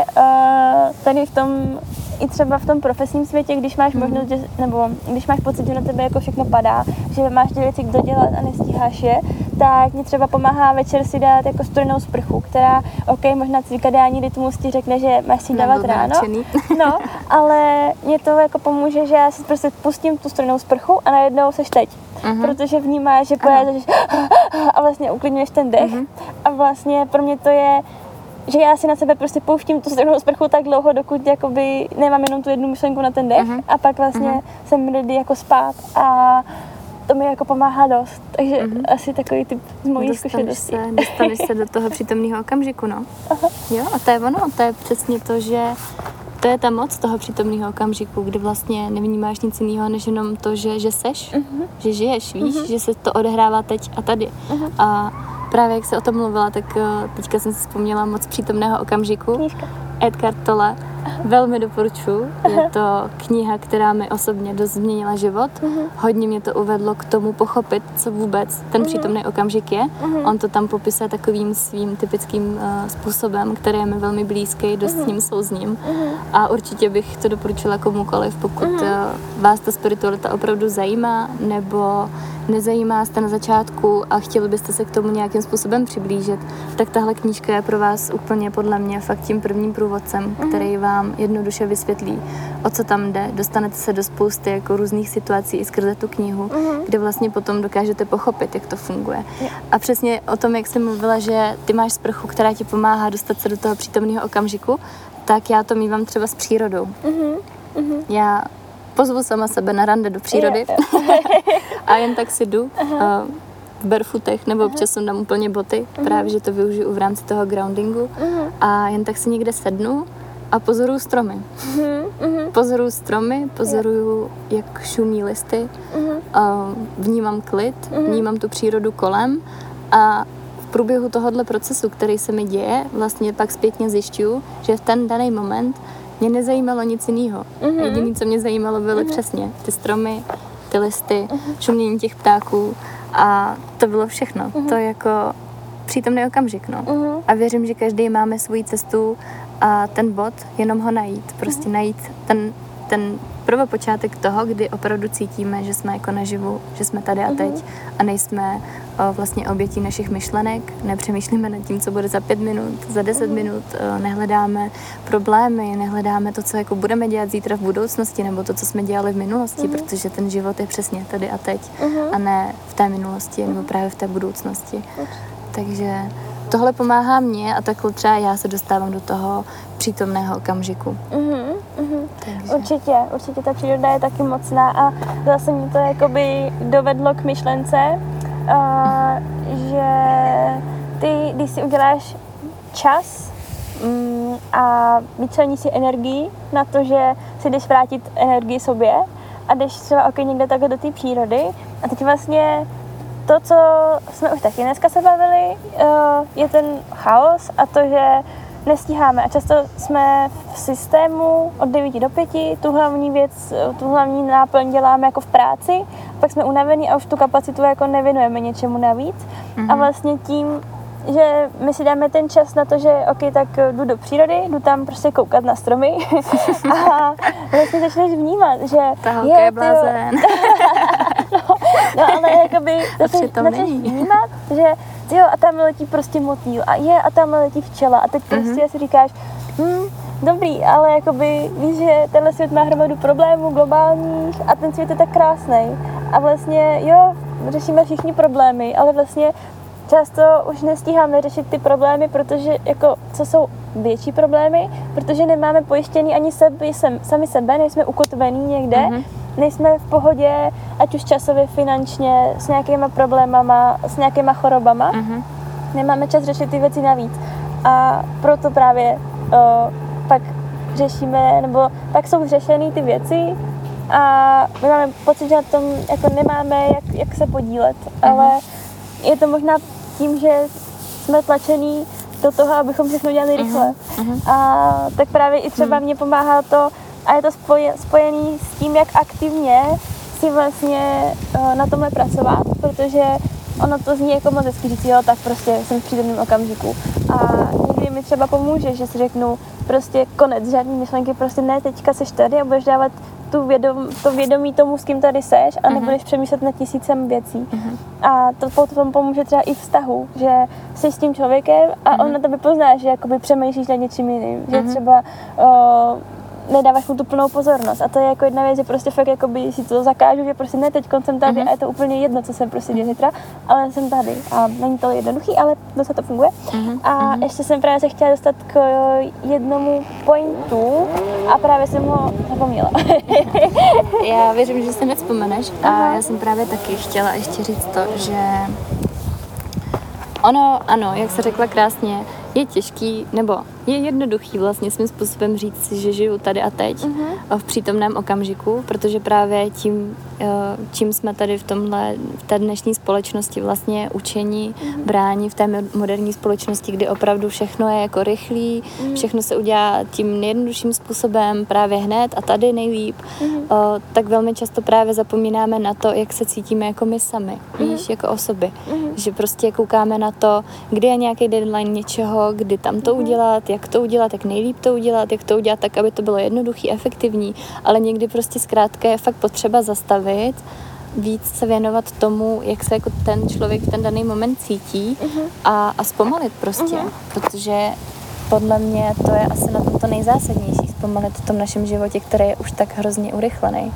uh, tady v tom i třeba v tom profesním světě, když máš možnost, že, nebo když máš pocit, že na tebe jako všechno padá, že máš ty věci kdo dělat a nestíháš je, tak mě třeba pomáhá večer si dát jako studenou sprchu, která, ok, možná cirkadiální rytmus ti řekne, že máš si dávat ráno, no, ale mě to jako pomůže, že já si prostě pustím tu studenou sprchu a najednou seš teď. Uh-huh. Protože vnímáš, že pojedeš a vlastně uklidňuješ ten dech uh-huh. a vlastně pro mě to je, že já si na sebe prostě pouštím tu studenou sprchu tak dlouho, dokud jakoby nemám jenom tu jednu myšlenku na ten dech uh-huh. a pak vlastně uh-huh. jsem ready jako spát a to mi jako pomáhá dost, takže uh-huh. asi takový typ z mojí zkušenosti. Se, dostaneš se do toho přítomného okamžiku, no. Aha. Jo, a to je ono, to je přesně to, že to je ta moc toho přítomného okamžiku, kdy vlastně nevnímáš nic jiného, než jenom to, že, že seš, uh-huh. že žiješ, víš, uh-huh. že se to odehrává teď a tady. Uh-huh. A právě jak se o tom mluvila, tak teďka jsem si vzpomněla moc přítomného okamžiku. Knížka. Eckhart Tolle. Velmi doporučuji. Je to kniha, která mi osobně dost změnila život. Uh-huh. Hodně mě to uvedlo k tomu pochopit, co vůbec ten uh-huh. přítomný okamžik je. Uh-huh. On to tam popisuje takovým svým typickým uh, způsobem, který je mi velmi blízký, dost uh-huh. s ním souzním. Uh-huh. A určitě bych to doporučila komukoliv, pokud uh-huh. uh, vás ta spiritualita opravdu zajímá, nebo nezajímá jste na začátku a chtěli byste se k tomu nějakým způsobem přiblížit, tak tahle knížka je pro vás úplně podle mě fakt tím prvním průvodcem, uh-huh. který vám jednoduše vysvětlí, o co tam jde. Dostanete se do spousty jako různých situací i skrze tu knihu, uh-huh. kde vlastně potom dokážete pochopit, jak to funguje. Yeah. A přesně o tom, jak jsem mluvila, že ty máš sprchu, která ti pomáhá dostat se do toho přítomného okamžiku, tak já to mívám třeba s přírodou. Uh-huh. Uh-huh. Já pozvu sama sebe na rande do přírody a jen tak si jdu uh, v barefootech nebo občas jsem dám úplně boty, uh-huh. právě, že to využiju v rámci toho groundingu uh-huh. a jen tak si někde sednu a pozoruju stromy. Uh-huh. Pozoruju stromy, pozoruju, jak šumí listy, uh-huh. uh, vnímám klid, uh-huh. vnímám tu přírodu kolem a v průběhu tohohle procesu, který se mi děje, vlastně pak zpětně zjišťuju, že v ten daný moment mě nezajímalo nic jiného. Uh-huh. Jediné, co mě zajímalo, byly uh-huh. přesně ty stromy, ty listy, uh-huh. šumění těch ptáků a to bylo všechno. Uh-huh. To je jako přítomný okamžik, no. Uh-huh. A věřím, že každý máme svoji cestu a ten bod, jenom ho najít. Prostě uh-huh. najít ten, ten prvopočátek toho, kdy opravdu cítíme, že jsme jako naživu, že jsme tady a teď uh-huh. a nejsme o, vlastně obětí našich myšlenek, nepřemýšlíme nad tím, co bude za pět minut, za deset uh-huh. minut, o, nehledáme problémy, nehledáme to, co jako budeme dělat zítra v budoucnosti, nebo to, co jsme dělali v minulosti, uh-huh. protože ten život je přesně tady a teď uh-huh. a ne v té minulosti, uh-huh. nebo právě v té budoucnosti. Uh-huh. Takže tohle pomáhá mně a takhle třeba já se dostávám do toho přítomného okamžiku. Uh-huh, uh-huh. Určitě, určitě ta příroda je taky mocná a zase mě to jakoby dovedlo k myšlence, uh, že ty, když si uděláš čas um, a vyčlení si energii na to, že si jdeš vrátit energii sobě a jdeš třeba okay, někde takhle do té přírody a teď vlastně to, co jsme už taky dneska se bavili, je ten chaos a to, že nestíháme a často jsme v systému od devíti do pěti, tu hlavní věc, tu hlavní náplň děláme jako v práci, pak jsme unavení a už tu kapacitu jako nevěnujeme něčemu navíc. Mm-hmm. A vlastně tím, že my si dáme ten čas na to, že ok, tak jdu do přírody, jdu tam prostě koukat na stromy a vlastně začneš vnímat, že ta holka je blázen. no, no, ale jakoby začneš, začneš vnímat, že jo, a tam letí prostě motýl a je, a tam letí včela a teď prostě mm-hmm. si říkáš, hm, dobrý, ale jakoby víš, že tenhle svět má hromadu problémů globálních a ten svět je tak krásný a vlastně jo, řešíme všichni problémy, ale vlastně často už nestíháme řešit ty problémy, protože jako, co jsou větší problémy, protože nemáme pojištěný ani sebe, sem, sami sebe, nejsme ukotvení někde, mm-hmm. nejsme v pohodě, ať už časově, finančně, s nějakýma problémama, s nějakýma chorobama. Mm-hmm. Nemáme čas řešit ty věci navíc. A proto právě uh, pak řešíme, nebo pak jsou řešený ty věci a my máme pocit, že na tom jako nemáme jak, jak se podílet, mm-hmm. ale je to možná tím, že jsme tlačení do toho, abychom všechno dělali rychle. Uh-huh. A tak právě i třeba uh-huh. mě pomáhá to, a je to spoje, spojený s tím, jak aktivně si vlastně uh, na tomhle pracovat, protože ono to zní jako moc hezky říct, jo, tak prostě jsem v přítomném okamžiku. A někdy mi třeba pomůže, že si řeknu prostě konec, žádný myšlenky, prostě ne, teďka seš tady a budeš dávat tu vědom, to vědomí tomu, s kým tady seš a nebudeš uh-huh. přemýšlet nad tisícem věcí. Uh-huh. A to potom pomůže třeba i vztahu, že jsi s tím člověkem a uh-huh. on na tebe pozná, že jakoby přemýšlíš nad něčím jiným, uh-huh. že třeba o, nedáváš mu tu plnou pozornost. A to je jako jedna věc, že prostě fakt jakoby si to zakážu, že prostě ne, teď jsem tady uh-huh. a je to úplně jedno, co jsem prostě děje zítra, ale jsem tady. A není to jednoduchý, ale docela to funguje. Uh-huh. A uh-huh. ještě jsem právě se chtěla dostat k jednomu pointu a právě jsem ho zapomněla. Já věřím, že si nevzpomeneš a uh-huh. já jsem právě taky chtěla ještě říct to, že ono, ano, jak se řekla krásně, je těžký, nebo je jednoduchý vlastně svým způsobem říct si, že žiju tady a teď, uh-huh. v přítomném okamžiku, protože právě tím, čím jsme tady v tomhle, v té dnešní společnosti vlastně učení, uh-huh. brání v té moderní společnosti, kdy opravdu všechno je jako rychlý, uh-huh. všechno se udělá tím nejjednodušším způsobem, právě hned a tady nejlíp, uh-huh. tak velmi často právě zapomínáme na to, jak se cítíme jako my sami, uh-huh. víš, jako osoby, uh-huh. že prostě koukáme na to, kdy je nějaký deadline něčeho, kdy tam to udělat, jak to udělat, jak nejlíp to udělat, jak to udělat tak, aby to bylo jednoduchý, efektivní, ale někdy prostě zkrátka je fakt potřeba zastavit, víc se věnovat tomu, jak se jako ten člověk v ten daný moment cítí uh-huh. a, a zpomalit prostě, uh-huh. protože podle mě to je asi na tom to nejzásadnější, zpomalit v tom našem životě, který je už tak hrozně urychlený.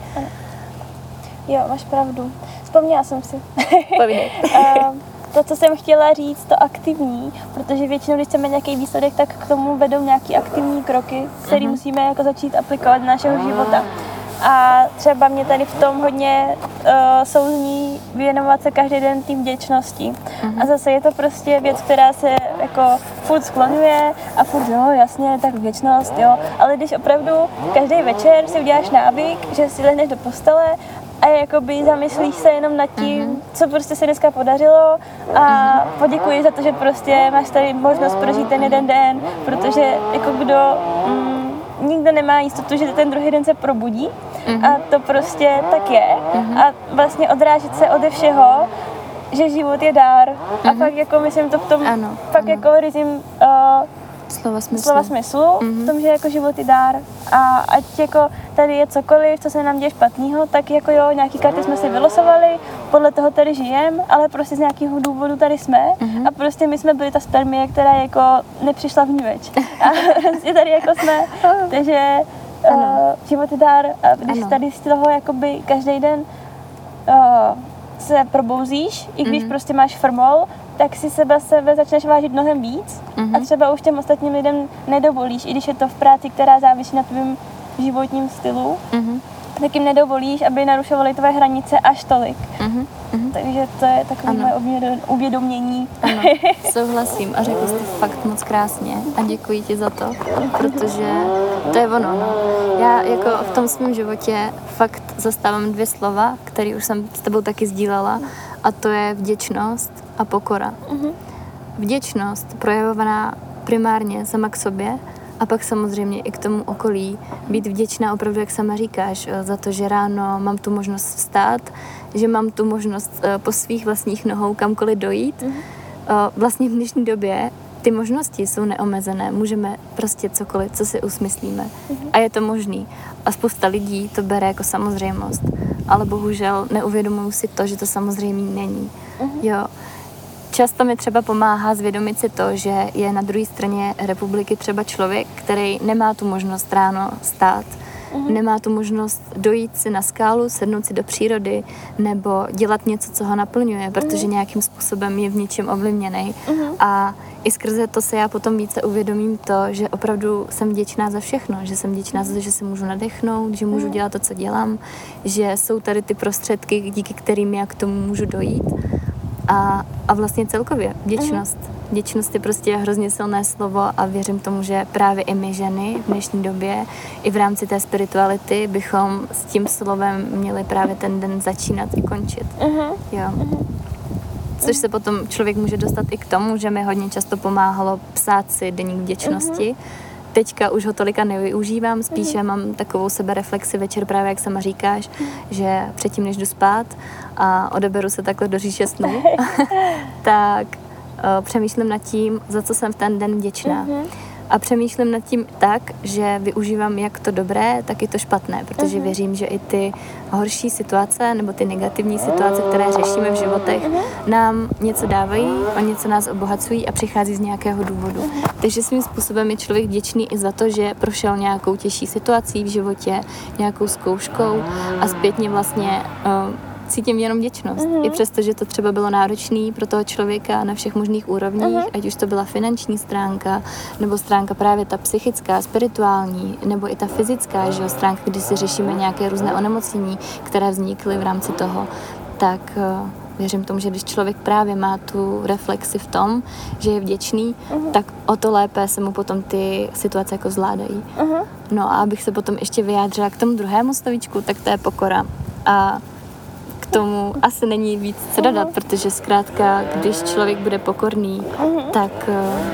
Jo, máš pravdu. Vzpomněla jsem si. Povídej. To, co jsem chtěla říct, to aktivní, protože většinou, když chceme nějaký výsledek, tak k tomu vedou nějaký aktivní kroky, které uh-huh. musíme jako začít aplikovat do našeho života. A třeba mě tady v tom hodně uh, souzní věnovat se každý den té vděčnosti. Uh-huh. A zase je to prostě věc, která se jako furt skloňuje a furt, no jasně, tak vděčnost, jo. Ale když opravdu každý večer si uděláš návyk, že si lehneš do postele a jakoby zamyslíš se jenom nad tím, uh-huh. co prostě se dneska podařilo a uh-huh. poděkuji za to, že prostě máš tady možnost prožít ten jeden den, protože jako kdo, mm, nikdo nemá jistotu, že ten druhý den se probudí uh-huh. a to prostě tak je uh-huh. a vlastně odrážet se ode všeho, že život je dár uh-huh. a fakt jako myslím to v tom, ano, fakt ano. jako ryzím uh, slova smyslu, slova smyslu mm-hmm. v tom, že jako život je dár a ať jako tady je cokoliv, co se nám děje špatného, tak jako jo, nějaký karty jsme si vylosovali, podle toho tady žijeme, ale prostě z nějakého důvodu tady jsme mm-hmm. a prostě my jsme byli ta spermie, která jako nepřišla v vníveč a prostě tady jako jsme, takže uh, život je dár a když ano. tady z toho jakoby každý den uh, se probouzíš, i když mm-hmm. prostě máš formol, tak si sebe sebe začneš vážit mnohem víc uh-huh. a třeba už těm ostatním lidem nedovolíš, i když je to v práci, která závisí na tvém životním stylu, uh-huh. tak jim nedovolíš, aby narušovali tvoje hranice až tolik. Uh-huh. Uh-huh. Takže to je takové moje uvědomění. Ano, souhlasím a řekl jsi fakt moc krásně a děkuji ti za to, protože to je ono. No. Já jako v tom svém životě fakt zastávám dvě slova, které už jsem s tebou taky sdílela, a to je vděčnost a pokora. Mhm. Vděčnost projevovaná primárně sama k sobě a pak samozřejmě i k tomu okolí. Být vděčná opravdu, jak sama říkáš, za to, že ráno mám tu možnost vstát, že mám tu možnost po svých vlastních nohou kamkoliv dojít. Mhm. Vlastně v dnešní době ty možnosti jsou neomezené, můžeme prostě cokoliv, co si usmyslíme. Mm-hmm. A je to možný. A spousta lidí to bere jako samozřejmost. Ale bohužel neuvědomují si to, že to samozřejmé není. Mm-hmm. Jo. Často mi třeba pomáhá zvědomit si to, že je na druhé straně republiky třeba člověk, který nemá tu možnost ráno stát, mm-hmm. nemá tu možnost dojít si na skálu, sednout si do přírody nebo dělat něco, co ho naplňuje, protože nějakým způsobem je v něčem ovlivněný. Mm-hmm. A i skrze to se já potom více uvědomím to, že opravdu jsem vděčná za všechno, že jsem vděčná za to, že se můžu nadechnout, že můžu dělat to, co dělám, že jsou tady ty prostředky, díky kterým já k tomu můžu dojít. A, a vlastně celkově vděčnost. Vděčnost je prostě hrozně silné slovo a věřím tomu, že právě i my ženy v dnešní době i v rámci té spirituality bychom s tím slovem měli právě ten den začínat i končit. Uh-huh. Jo. Uh-huh. Což se potom člověk může dostat i k tomu, že mi hodně často pomáhalo psát si deník vděčnosti. Uh-huh. Teďka už ho tolika nevyužívám, spíše uh-huh. mám takovou sebereflexi večer právě, jak sama říkáš, uh-huh. že předtím, než jdu spát a odeberu se takhle do říše snů, tak uh, přemýšlím nad tím, za co jsem v ten den vděčná. Uh-huh. A přemýšlím nad tím tak, že využívám jak to dobré, tak i to špatné, protože uh-huh. věřím, že i ty horší situace nebo ty negativní situace, které řešíme v životech, uh-huh. nám něco dávají, o něco nás obohacují a přichází z nějakého důvodu. Uh-huh. Takže svým způsobem je člověk vděčný i za to, že prošel nějakou těžší situací v životě, nějakou zkouškou a zpětně vlastně uh, cítím jenom vděčnost. Uh-huh. I přesto, že to třeba bylo náročné pro toho člověka na všech možných úrovních, uh-huh. ať už to byla finanční stránka, nebo stránka právě ta psychická, spirituální, nebo i ta fyzická, že jo, stránka, kdy si řešíme nějaké různé onemocnění, které vznikly v rámci toho, tak uh, věřím tomu, že když člověk právě má tu reflexi v tom, že je vděčný, uh-huh. tak o to lépe se mu potom ty situace jako zvládají. Uh-huh. No a abych se potom ještě vyjádřila k tomu druhému slovíčku, tak to je pokora. A k tomu asi není víc co dodat, protože zkrátka, když člověk bude pokorný, tak,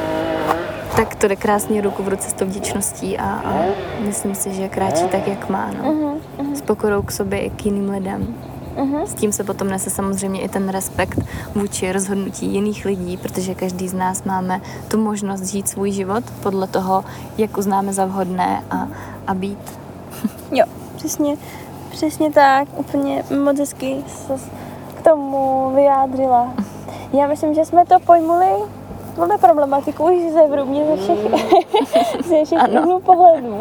tak to jde krásně ruku v ruce s tou vděčností a, a myslím si, že kráčí tak, jak má. No. S pokorou k sobě i k jiným lidem. S tím se potom nese samozřejmě i ten respekt vůči rozhodnutí jiných lidí, protože každý z nás máme tu možnost žít svůj život podle toho, jak uznáme za vhodné a, a být. Jo, přesně. Přesně tak, úplně moc hezky se k tomu vyjádřila. Já myslím, že jsme to pojmuli, tuhle problematiku už zevrubně ze všech, ze všech úhlů pohledů.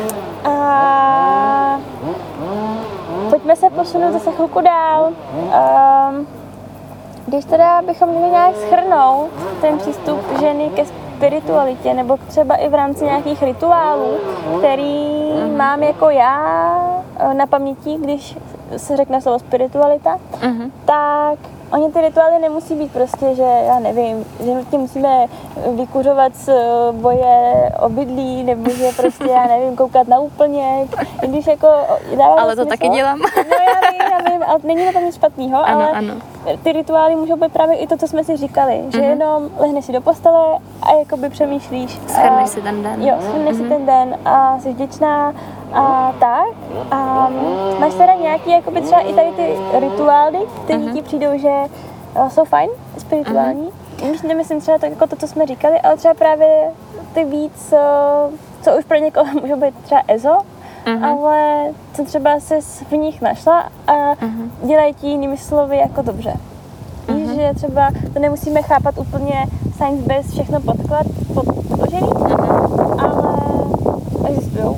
A pojďme se posunout zase chvilku dál. Um, když teda bychom měli nějak shrnout ten přístup ženy ke spiritualitě, nebo třeba i v rámci nějakých rituálů, který uh-huh. mám jako já na paměti, když se řekne slovo spiritualita, uh-huh. tak oni ty rituály nemusí být prostě, že já nevím, že nutně musíme vykuřovat z boje obydlí, nebo že prostě, já nevím, koukat na úplněk, i když jako dává ale to smysl. taky dělám. No já vím, já vím, ale není na tom nic špatného, ano, ale ano. ty rituály můžou být právě i to, co jsme si říkali, uh-huh. že jenom lehneš si do postele a jakoby přemýšlíš. Shrneš si ten den. Jo, shrneš uh-huh. si ten den a jsi vděčná a tak. A máš teda nějaký, jakoby třeba i tady ty rituály, které uh-huh. ti přijdou, že uh, jsou fajn, spirituální. Uh-huh. Nemyslím třeba to, jako to, co jsme říkali, ale třeba právě ty víc, uh, co už pro někoho můžou být třeba ezo, uh-huh. ale co třeba jsi v nich našla a uh-huh. dělají ti jinými slovy jako dobře. Víš, uh-huh. že třeba to nemusíme chápat úplně science-based, všechno podklad, podložený, uh-huh. ale existujou.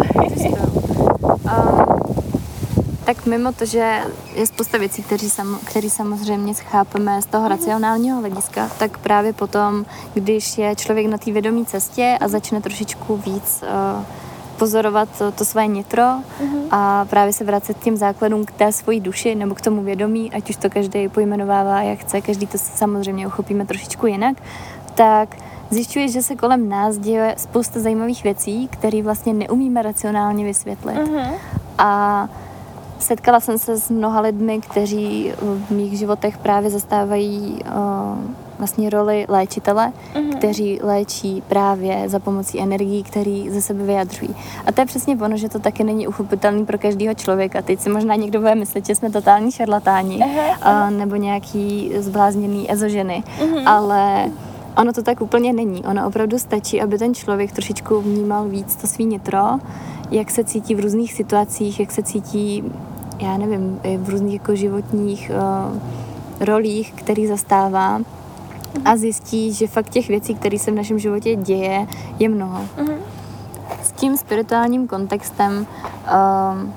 um, tak mimo to, že je spousta věcí, které samozřejmě chápeme z toho uh-huh. racionálního hlediska, tak právě potom, když je člověk na té vědomé cestě a začne trošičku víc uh, pozorovat to, to své nitro uh-huh. a právě se vracet k těm základům k té svojí duši nebo k tomu vědomí, ať už to každý pojmenovává jak chce, každý to samozřejmě uchopíme trošičku jinak, tak zjišťuješ, že se kolem nás děje spousta zajímavých věcí, které vlastně neumíme racionálně vysvětlit. Uh-huh. A setkala jsem se s mnoha lidmi, kteří v mých životech právě zastávají uh, vlastně roli léčitele, mm-hmm. kteří léčí právě za pomocí energií, který ze sebe vyjadřují. A to je přesně ono, že to taky není uchopitelný pro každého člověka. Teď si možná někdo bude myslet, že jsme totální šarlatáni uh, nebo nějaký zblázněný ezoženy, mm-hmm. ale ono to tak úplně není. Ono opravdu stačí, aby ten člověk trošičku vnímal víc to svý nitro, jak se cítí v různých situacích, jak se cítí, já nevím, v různých jako životních uh, rolích, který zastává a zjistí, že fakt těch věcí, které se v našem životě děje, je mnoho. Mm-hmm. S tím spirituálním kontextem uh,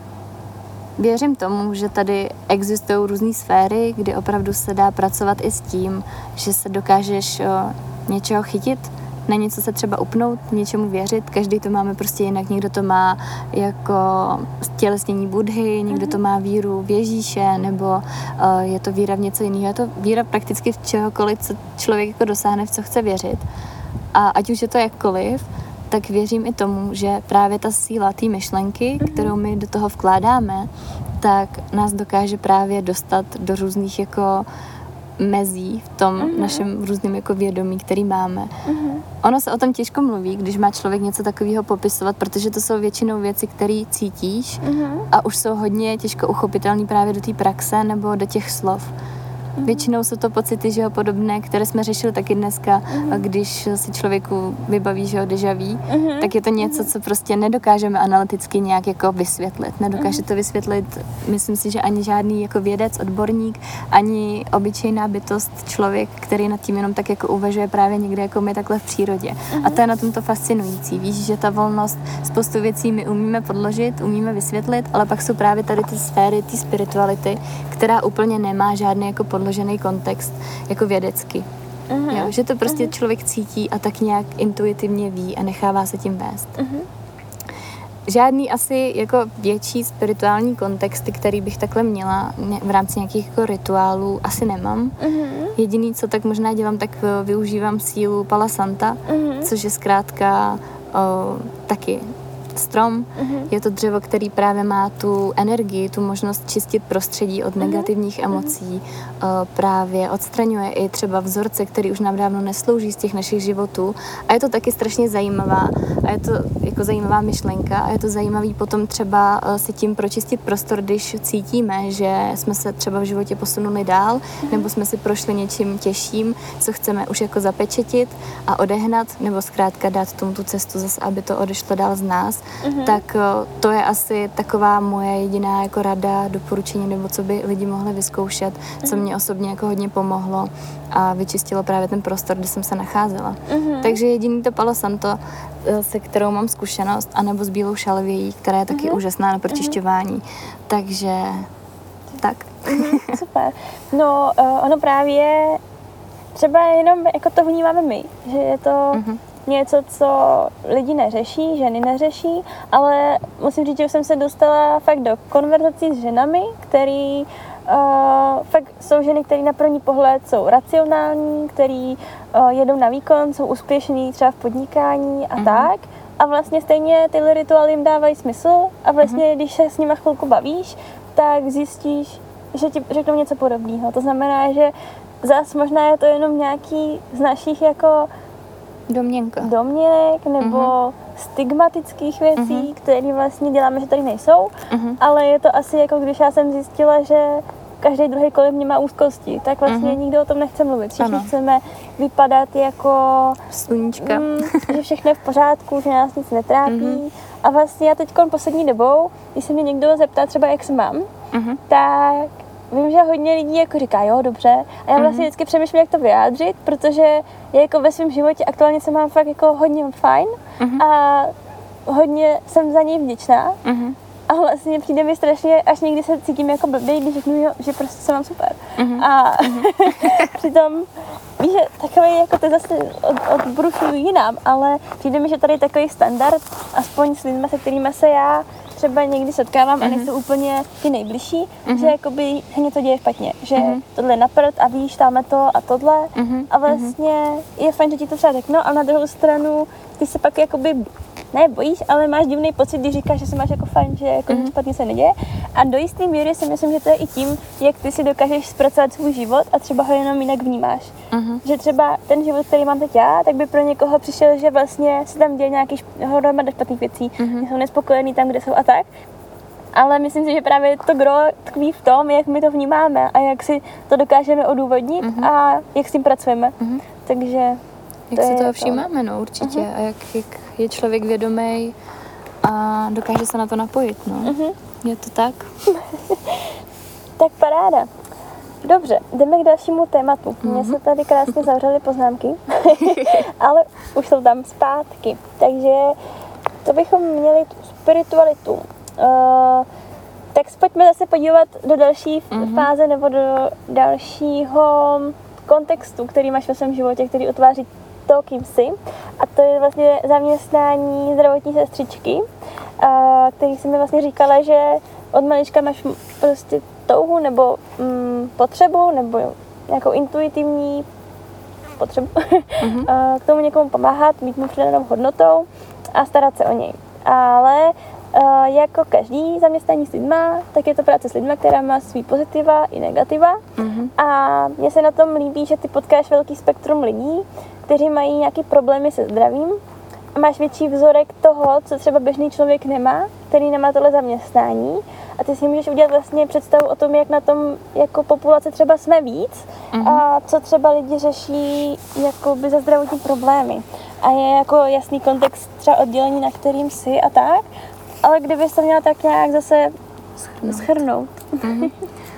věřím tomu, že tady existují různé sféry, kdy opravdu se dá pracovat i s tím, že se dokážeš uh, něčeho chytit, na něco se třeba upnout, něčemu věřit. Každý to máme prostě jinak. Někdo to má jako stělesnění Budhy, někdo to má víru v Ježíše, nebo uh, je to víra v něco jiného. Je to víra prakticky v čehokoliv, co člověk jako dosáhne, v co chce věřit. A ať už je to jakkoliv, tak věřím i tomu, že právě ta síla té myšlenky, kterou my do toho vkládáme, tak nás dokáže právě dostat do různých jako mezí v tom uh-huh. našem různém jako vědomí, který máme. Uh-huh. Ono se o tom těžko mluví, když má člověk něco takového popisovat, protože to jsou většinou věci, které cítíš uh-huh. a už jsou hodně těžko uchopitelné právě do té praxe nebo do těch slov. Mm. Většinou jsou to pocity, že jo, podobné, které jsme řešili taky dneska, mm. když si člověku vybaví, že ho déjà vu, mm. tak je to něco, co prostě nedokážeme analyticky nějak jako vysvětlit. Nedokáže to vysvětlit, myslím si, že ani žádný jako vědec, odborník, ani obyčejná bytost, člověk, který nad tím jenom tak jako uvažuje právě někde jako my takhle v přírodě. Mm. A to je na tom to fascinující. Víš, že ta volnost, spoustu věcí my umíme podložit, umíme vysvětlit, ale pak jsou právě tady ty sféry, ty spirituality, která úplně nemá žádný jako podložený kontext jako vědecky. Uh-huh. Jo, že to prostě uh-huh. člověk cítí a tak nějak intuitivně ví a nechává se tím vést. Uh-huh. Žádný asi jako větší spirituální kontexty, který bych takhle měla v rámci nějakých jako rituálů, asi nemám. Uh-huh. Jediný, co tak možná dělám, tak využívám sílu Palo Santo, uh-huh. což je zkrátka o, taky strom. Uh-huh. Je to dřevo, který právě má tu energii, tu možnost čistit prostředí od negativních uh-huh. emocí. Uh, právě odstraňuje i třeba vzorce, který už nám dávno neslouží z těch našich životů. A je to taky strašně zajímavá a je to jako zajímavá myšlenka a je to zajímavý potom třeba uh, si tím pročistit prostor, když cítíme, že jsme se třeba v životě posunuli dál, uh-huh. nebo jsme si prošli něčím těžším, co chceme už jako zapečetit a odehnat, nebo zkrátka dát tomu tu cestu zase, aby to odešlo dál z nás. Mm-hmm. Tak to je asi taková moje jediná jako rada, doporučení, nebo co by lidi mohli vyzkoušet, mm-hmm. co mě osobně jako hodně pomohlo a vyčistilo právě ten prostor, kde jsem se nacházela. Mm-hmm. Takže jediný to Palo Santo, se kterou mám zkušenost, anebo s bílou šalvějí, která je taky mm-hmm. úžasná na pročišťování. Mm-hmm. Takže tak. Mm-hmm, super. No, uh, ono právě třeba jenom jako to vnímáme my, že je to mm-hmm. něco, co lidi neřeší, ženy neřeší, ale musím říct, že jsem se dostala fakt do konverzací s ženami, který uh, fakt jsou ženy, které na první pohled jsou racionální, který uh, jedou na výkon, jsou úspěšní třeba v podnikání a mm-hmm. tak. A vlastně stejně tyhle rituály jim dávají smysl a vlastně, mm-hmm. když se s nimi chvilku bavíš, tak zjistíš, že ti řeknou něco podobného. To znamená, že zas možná je to jenom nějaký z našich jako Domněnka. domněnek nebo uh-huh. stigmatických věcí, uh-huh. které vlastně děláme, že tady nejsou, uh-huh. ale je to asi jako když já jsem zjistila, že každý druhý kolem mě má úzkosti, tak vlastně uh-huh. nikdo o tom nechce mluvit. Všichni ano. chceme vypadat jako sluníčka. Mm, že všechno je v pořádku, že nás nic netrápí. Uh-huh. A vlastně já teď poslední dobou, když se mě někdo zeptá třeba, jak se mám, uh-huh. tak vím, že hodně lidí jako říká, jo, dobře. A já vlastně mm-hmm. vždycky přemýšlím, jak to vyjádřit, protože já jako ve svém životě aktuálně se mám fakt jako hodně fajn mm-hmm. a hodně jsem za něj vděčná. Mm-hmm. A vlastně přijde mi strašně, až někdy se cítím jako blbý, když řeknu, že prostě se mám super. Mm-hmm. A mm-hmm. přitom, víš, že takový, jako to zase od, odbrušuju jinam, ale přijde mi, že tady je takový standard, aspoň s lidmi, se kterými se já třeba někdy setkávám mm-hmm. a nejsou úplně ty nejbližší, mm-hmm. že jakoby se něco děje špatně, že mm-hmm. tohle je na prd a víš, tamhle to a tohle mm-hmm. a vlastně mm-hmm. je fajn, že ti to třeba řeknu, a na druhou stranu ty se pak jakoby ne bojíš, ale máš divný pocit, když říkáš, že se máš jako fajn, že jako nic špatně se neděje. A do jisté míry si myslím, že to je i tím, jak ty si dokážeš zpracovat svůj život a třeba ho jenom jinak vnímáš. Uh-huh. Že třeba ten život, který mám teď já, tak by pro někoho přišel, že vlastně se tam děje nějaký hromada špatných věcí, uh-huh. že jsou nespokojený tam, kde jsou a tak. Ale myslím si, že právě to gro tkví v tom, jak my to vnímáme a jak si to dokážeme odůvodnit uh-huh. a jak s tím pracujeme. Uh-huh. Takže jak se toho všímáme, no určitě. Uh-huh. A jak, jak je člověk vědomý a dokáže se na to napojit, no. Uh-huh. Je to tak? Tak paráda. Dobře, jdeme k dalšímu tématu. Mně uh-huh. se tady krásně zavřely poznámky, ale už jsou tam zpátky. Takže to bychom měli tu spiritualitu. Uh, tak pojďme zase podívat do další uh-huh. fáze nebo do dalšího kontextu, který máš ve svém životě, který utváří to, kým jsi. A to je vlastně zaměstnání zdravotní sestřičky, uh, který jsi mi vlastně říkala, že od malička máš prostě touhu nebo mm, potřebu nebo nějakou intuitivní potřebu uh-huh. k tomu někomu pomáhat, být mu přidanou hodnotou a starat se o něj. Ale Uh, jako každý zaměstnání s lidma, tak je to práce s lidma, která má svý pozitiva i negativa. Mm-hmm. A mně se na tom líbí, že ty potkáš velký spektrum lidí, kteří mají nějaké problémy se zdravím a máš větší vzorek toho, co třeba běžný člověk nemá, který nemá tohle zaměstnání. A ty si můžeš udělat vlastně představu o tom, jak na tom jako populace třeba jsme víc mm-hmm. a co třeba lidi řeší jakoby za zdravotní problémy. A je jako jasný kontext třeba oddělení, na kterým jsi a tak. Ale kdybys to měla tak nějak zase shrnout. Mm-hmm.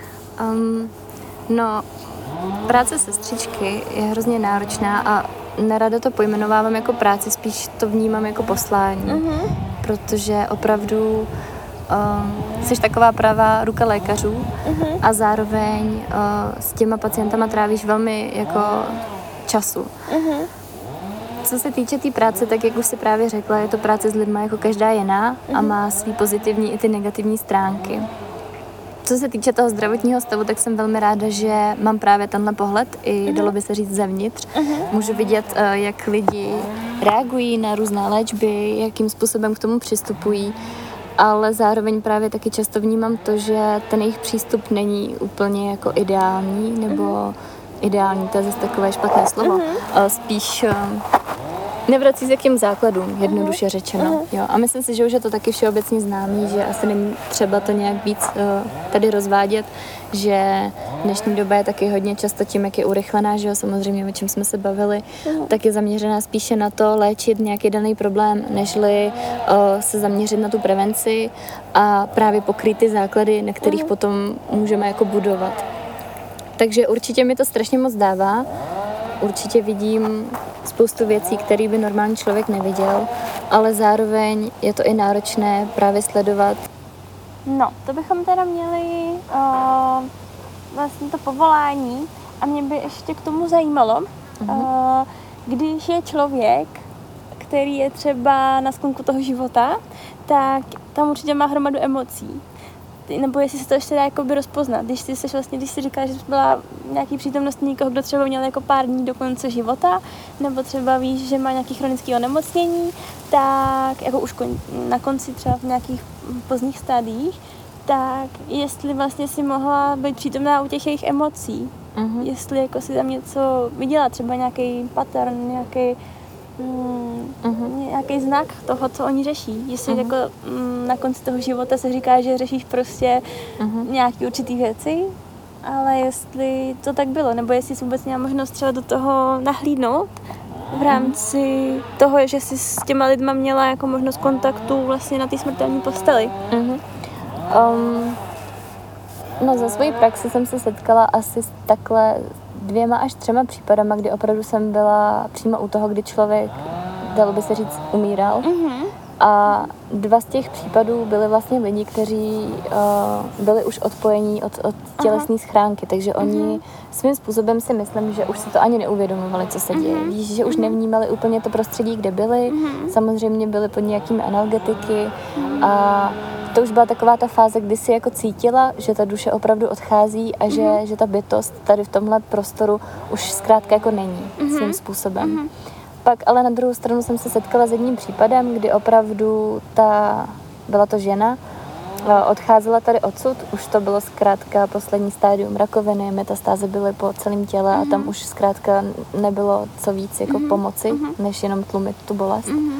um, no, práce sestřičky je hrozně náročná a nerada to pojmenovávám jako práci, spíš to vnímám jako poslání. Mm-hmm. Protože opravdu um, jsi taková pravá ruka lékařů mm-hmm. a zároveň uh, s těma pacientama trávíš velmi jako času. Mm-hmm. Co se týče té tý práce, tak jak už si právě řekla, je to práce s lidmi jako každá jiná a má svý pozitivní i ty negativní stránky. Co se týče toho zdravotního stavu, tak jsem velmi ráda, že mám právě tenhle pohled i uh-huh. dalo by se říct zevnitř. Uh-huh. Můžu vidět, jak lidi reagují na různé léčby, jakým způsobem k tomu přistupují, ale zároveň právě taky často vnímám to, že ten jejich přístup není úplně jako ideální, nebo uh-huh. ideální, to je zase takové špatné slovo, uh-huh. spíš nevrací se k těm základům, jednoduše řečeno. Uh-huh. Jo. A myslím si, že už je to taky všeobecně známý, že asi není třeba to nějak víc uh, tady rozvádět, že dnešní doba je taky hodně často tím, jak je urychlená, že jo, samozřejmě, o čem jsme se bavili, uh-huh. tak je zaměřená spíše na to léčit nějaký daný problém, nežli uh, se zaměřit na tu prevenci a právě pokryt ty základy, na kterých uh-huh. potom můžeme jako budovat. Takže určitě mi to strašně moc dává. Určitě vidím spoustu věcí, které by normální člověk neviděl, ale zároveň je to i náročné právě sledovat. No, to bychom teda měli uh, vlastně to povolání a mě by ještě k tomu zajímalo, uh-huh. uh, když je člověk, který je třeba na sklonku toho života, tak tam určitě má hromadu emocí. Nebo jestli se to ještě dá jakoby rozpoznat, když si, vlastně, když si říkáš, že jsi byla v nějaký přítomnosti někoho, kdo třeba měl jako pár dní do konce života, nebo třeba víš, že má nějaký chronické onemocnění, tak jako už na konci třeba v nějakých pozdních stádiích, tak jestli vlastně si mohla být přítomná u těch jejich emocí, uh-huh. jestli jako si tam něco viděla, třeba nějaký pattern, nějaký Mm, uh-huh. nějaký znak toho, co oni řeší. Jestli uh-huh. jako mm, na konci toho života se říká, že řešíš prostě uh-huh. nějaký určitý věci, ale jestli to tak bylo, nebo jestli jsi vůbec měla možnost třeba do toho nahlídnout v rámci uh-huh. toho, že jsi s těma lidma měla jako možnost kontaktu vlastně na té smrtelní posteli. Uh-huh. Um, no za svoji praxi jsem se setkala asi s takhle dvěma až třema případama, kdy opravdu jsem byla přímo u toho, kdy člověk, dalo by se říct, umíral. Mm-hmm. A dva z těch případů byly vlastně lidi, kteří uh, byli už odpojení od, od tělesné schránky, takže mm-hmm. oni svým způsobem si myslím, že už si to ani neuvědomovali, co se děje. Mm-hmm. Víš, že už nevnímali úplně to prostředí, kde byli, mm-hmm. samozřejmě byli pod nějakými analgetiky mm-hmm. a to už byla taková ta fáze, kdy si jako cítila, že ta duše opravdu odchází a že, mm-hmm. že ta bytost tady v tomhle prostoru už zkrátka jako není mm-hmm. svým způsobem. Mm-hmm. pak ale na druhou stranu jsem se setkala s jedním případem, kdy opravdu ta, byla to žena, odcházela tady odsud, už to bylo zkrátka poslední stádium rakoviny, metastáze byly po celém těle mm-hmm. a tam už zkrátka nebylo co víc jako mm-hmm. pomoci, mm-hmm. než jenom tlumit tu bolest. Mm-hmm.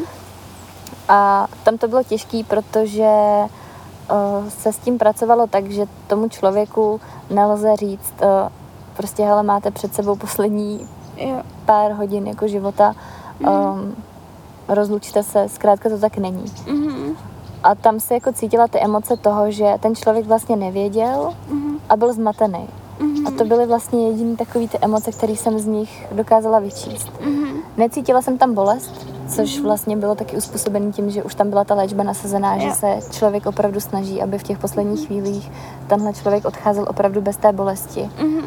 A tam to bylo těžké, protože uh, se s tím pracovalo tak, že tomu člověku nelze říct, uh, prostě hele, máte před sebou poslední jo. pár hodin jako života, mm-hmm. um, rozlučte se, zkrátka to tak není. Mm-hmm. A tam se jako cítila ty emoce toho, že ten člověk vlastně nevěděl mm-hmm. a byl zmatený. Mm-hmm. A to byly vlastně jediný takový ty emoce, které jsem z nich dokázala vyčíst. Mm-hmm. Necítila jsem tam bolest, což mm-hmm. vlastně bylo taky uspůsobené tím, že už tam byla ta léčba nasazená, yeah. že se člověk opravdu snaží, aby v těch posledních chvílích tenhle člověk odcházel opravdu bez té bolesti. Mm-hmm.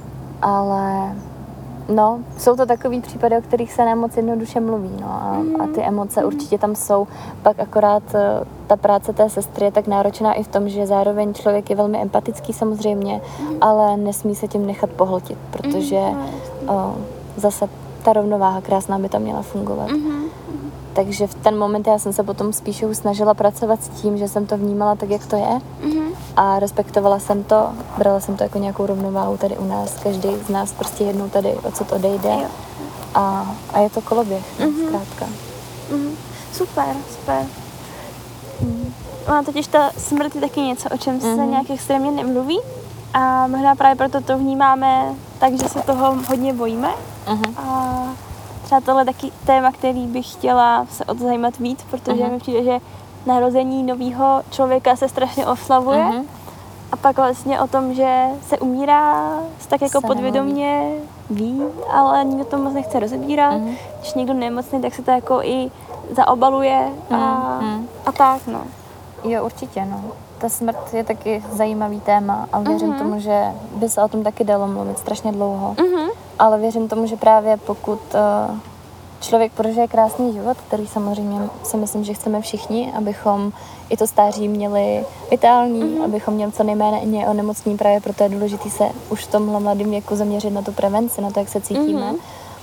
Ale no, jsou to takový případy, o kterých se nemoc jednoduše mluví, no, a, mm. a ty emoce určitě tam jsou, pak akorát ta práce té sestry je tak náročná i v tom, že zároveň člověk je velmi empatický samozřejmě, mm. ale nesmí se tím nechat pohltit, protože mm. o, zase ta rovnováha krásná by tam měla fungovat. Mm. Takže v ten moment já jsem se potom spíše snažila pracovat s tím, že jsem to vnímala tak, jak to je mm-hmm. a respektovala jsem to, brala jsem to jako nějakou rovnováhu tady u nás, každý z nás prostě jednou tady odsud odejde a, a je to koloběh, mm-hmm. zkrátka. Mm-hmm. Super, super. Mm. Ona totiž ta smrt je taky něco, o čem mm-hmm. se nějak extrémně nemluví a možná právě proto to vnímáme tak, že se toho hodně bojíme mm-hmm. a třeba tohle je taky téma, který bych chtěla se o to zajímat víc, protože uh-huh. mi přijde, že narození nového člověka se strašně oslavuje uh-huh. a pak vlastně o tom, že se umírá, tak jako se podvědomě ví, ale nikdo to moc nechce rozebírat. Uh-huh. Když někdo nemocný, tak se to jako i zaobaluje a, uh-huh. a tak, no. Jo, určitě, no. Ta smrt je taky zajímavý téma a věřím uh-huh. tomu, že by se o tom taky dalo mluvit strašně dlouho. Uh-huh. Ale věřím tomu, že právě pokud uh, člověk prožije krásný život, který samozřejmě si myslím, že chceme všichni, abychom i to stáří měli vitální, mm-hmm. abychom měli co nejméně onemocnění, právě proto je důležité se už v tomhle mladém věku zaměřit na tu prevenci, na to, jak se cítíme. Mm-hmm.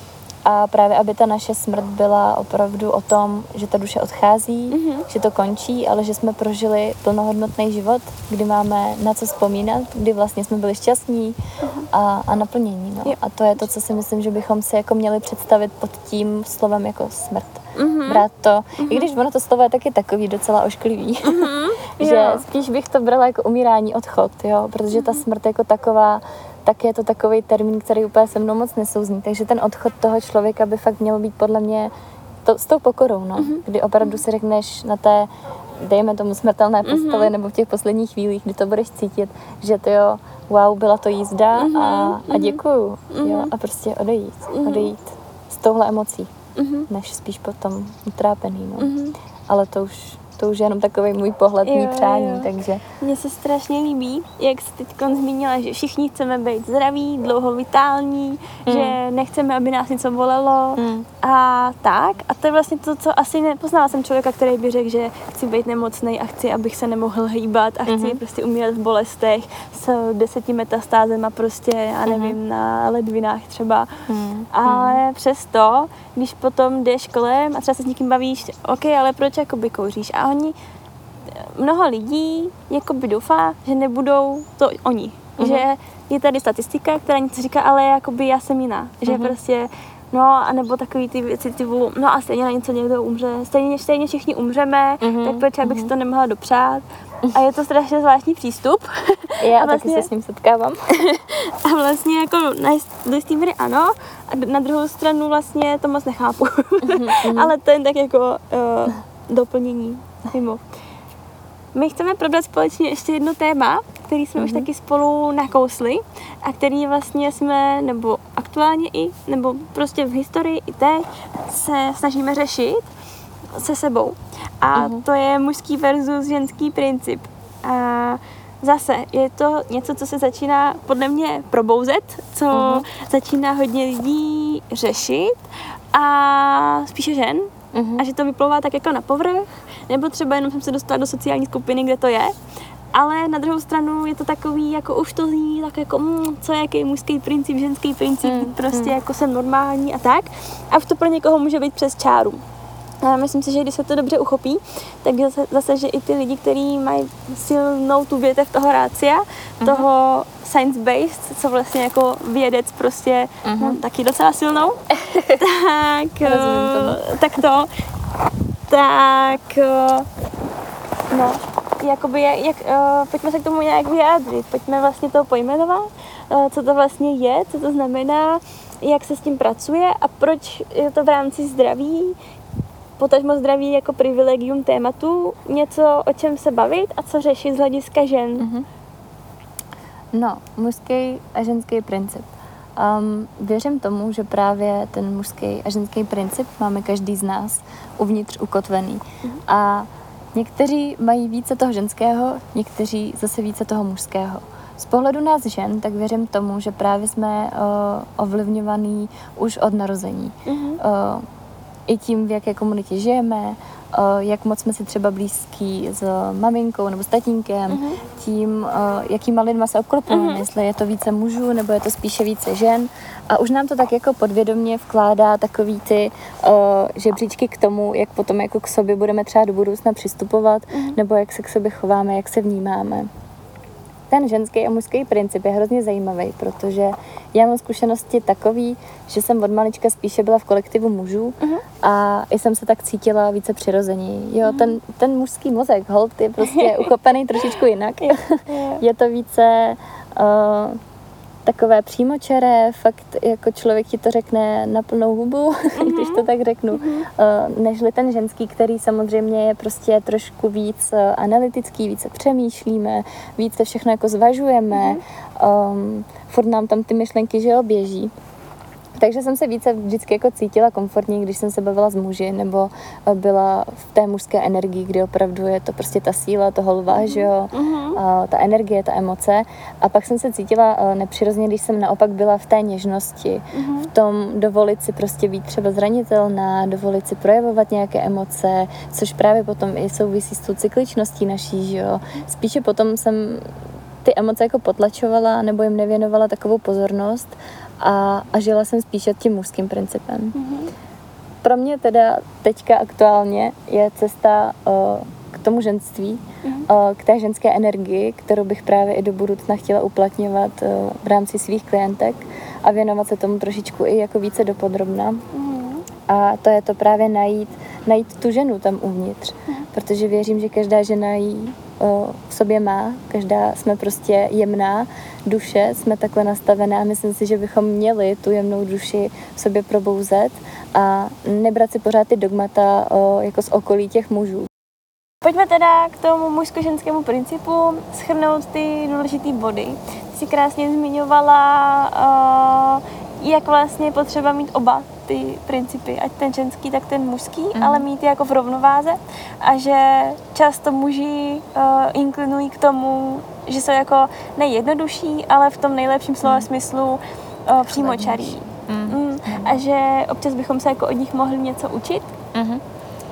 A právě, aby ta naše smrt byla opravdu o tom, že ta duše odchází, mm-hmm. že to končí, ale že jsme prožili plnohodnotný život, kdy máme na co vzpomínat, kdy vlastně jsme byli šťastní mm-hmm. a, a naplnění. No. A to je to, co si myslím, že bychom si jako měli představit pod tím slovem jako smrt. Mm-hmm. Brát to, mm-hmm. i když ono to slovo je taky takový docela ošklivý, mm-hmm. že spíš bych to brala jako umírání, odchod, jo, protože mm-hmm. ta smrt jako taková, tak je to takový termín, který úplně se mnou moc nesouzní. Takže ten odchod toho člověka by fakt měl být podle mě to, s tou pokorou, no. Mm-hmm. Kdy opravdu si řekneš na té, dejme tomu smrtelné posteli mm-hmm. nebo v těch posledních chvílích, kdy to budeš cítit, že to jo, wow, byla to jízda mm-hmm. a, a děkuju. Mm-hmm. Jo, a prostě odejít, mm-hmm. odejít s touhle emocí, mm-hmm. než spíš potom utrápený, no. Mm-hmm. Ale to už to už je jenom takový můj pohled, můj přání, jo. takže... Mně se strašně líbí, jak jsi teď zmínila, že všichni chceme být zdraví, dlouho vitální, mm. že nechceme, aby nás něco bolelo mm. a tak. A to je vlastně to, co asi nepoznala jsem člověka, který by řekl, že chci být nemocnej a chci, abych se nemohl hýbat a chci mm-hmm. prostě umírat v bolestech s deseti metastázema prostě, já nevím, mm-hmm. na ledvinách třeba. Mm. Ale přesto, když potom jdeš kolem a třeba se s někým bavíš, ok, ale proč jakoby kouříš? A oni, mnoho lidí jakoby doufá, že nebudou to oni. Uh-huh. Že je tady statistika, která něco říká, ale jakoby já jsem jiná. Že uh-huh. prostě, no, anebo takový ty věci typu, no a stejně na něco někdo umře, stejně, stejně všichni umřeme, uh-huh. tak proč abych uh-huh. si to nemohla dopřát. A je to strašně zvláštní přístup. Já a vlastně, taky se s ním setkávám. A vlastně jako na jistý míry ano, a na druhou stranu vlastně to moc nechápu. Uh-huh. Ale to je tak jako uh, doplnění. Mimo. My chceme probrat společně ještě jedno téma, který jsme mm-hmm. už taky spolu nakousli a který vlastně jsme, nebo aktuálně i, nebo prostě v historii i teď se snažíme řešit se sebou. A mm-hmm. to je mužský versus ženský princip. A zase je to něco, co se začíná podle mě probouzet, co mm-hmm. začíná hodně lidí řešit a spíše žen. Uh-huh. A že to vyplouvá tak jako na povrch, nebo třeba jenom jsem se dostala do sociální skupiny, kde to je. ale na druhou stranu je to takový, jako už to zní, tak jako, mm, co je jaký mužský princip, ženský princip, mm, prostě mm. jako jsem normální a tak. A už to pro někoho může být přes čáru. A myslím si, že když se to dobře uchopí, tak zase, zase že i ty lidi, kteří mají silnou tu větev toho rácia, uh-huh. toho science-based, co vlastně jako vědec prostě uh-huh. mám taky docela silnou, tak, tak to, tak no, jakoby, jak, pojďme se k tomu nějak vyjádřit, pojďme vlastně to pojmenovat, co to vlastně je, co to znamená, jak se s tím pracuje a proč je to v rámci zdraví, potažmo zdraví jako privilegium tématu, něco, o čem se bavit a co řešit z hlediska žen. Mm-hmm. No, mužský a ženský princip. Um, věřím tomu, že právě ten mužský a ženský princip máme každý z nás uvnitř ukotvený. Mm-hmm. A někteří mají více toho ženského, někteří zase více toho mužského. Z pohledu nás žen, tak věřím tomu, že právě jsme uh, ovlivňovaný už od narození. Mm-hmm. Uh, I tím, v jaké komunitě žijeme, jak moc jsme si třeba blízký s maminkou nebo s tatínkem, uh-huh. tím, jakýma lidma se obklopujeme, uh-huh. jestli je to více mužů nebo je to spíše více žen. A už nám to tak jako podvědomě vkládá takový ty uh, žebříčky k tomu, jak potom jako k sobě budeme třeba do budoucna přistupovat, uh-huh. nebo jak se k sobě chováme, jak se vnímáme. Ten ženský a mužský princip je hrozně zajímavý, protože já mám zkušenosti takový, že jsem od malička spíše byla v kolektivu mužů uh-huh. a i jsem se tak cítila více přirozeněji. Jo, uh-huh. ten, ten mužský mozek, hold, je prostě uchopený trošičku jinak. Je to více uh, takové přímočaré, fakt jako člověk ti to řekne na plnou hubu, uh-huh. když to tak řeknu, uh-huh. uh, nežli ten ženský, který samozřejmě je prostě trošku víc uh, analytický, více přemýšlíme, více všechno jako zvažujeme, uh-huh. um, furt nám tam ty myšlenky, že jo, běží. Takže jsem se více vždycky jako cítila komfortně, když jsem se bavila s muži, nebo byla v té mužské energii, kdy opravdu je to prostě ta síla toho lva, že jo, uh-huh. ta energie, ta emoce. A pak jsem se cítila nepřirozeně, když jsem naopak byla v té něžnosti, uh-huh. v tom dovolit si prostě být třeba zranitelná, dovolit si projevovat nějaké emoce, což právě potom i souvisí s tou cykličností naší, že jo. Spíše potom jsem ty emoce jako potlačovala, nebo jim nevěnovala takovou pozornost, A, a žila jsem spíše tím mužským principem. Mm-hmm. Pro mě teda teďka aktuálně je cesta uh, k tomu ženství, mm-hmm. uh, k té ženské energii, kterou bych právě i do budoucna chtěla uplatňovat uh, v rámci svých klientek a věnovat se tomu trošičku i jako více dopodrobna. Mm-hmm. A to je to právě najít, najít tu ženu tam uvnitř, mm-hmm. protože věřím, že každá žena ji v sobě má, každá jsme prostě jemná duše, jsme takhle nastavené a myslím si, že bychom měli tu jemnou duši v sobě probouzet a nebrat si pořád ty dogmata o, jako z okolí těch mužů. Pojďme teda k tomu mužsko-ženskému principu shrnout ty důležité body. Ty jsi krásně zmiňovala, uh, jak vlastně potřeba mít oba ty principy, ať ten ženský, tak ten mužský, mm. ale mít je jako v rovnováze a že často muži uh, inklinují k tomu, že jsou jako nejjednodušší, ale v tom nejlepším slova mm. smyslu uh, přímočarí. Mm. Mm. A že občas bychom se jako od nich mohli něco učit. Mm.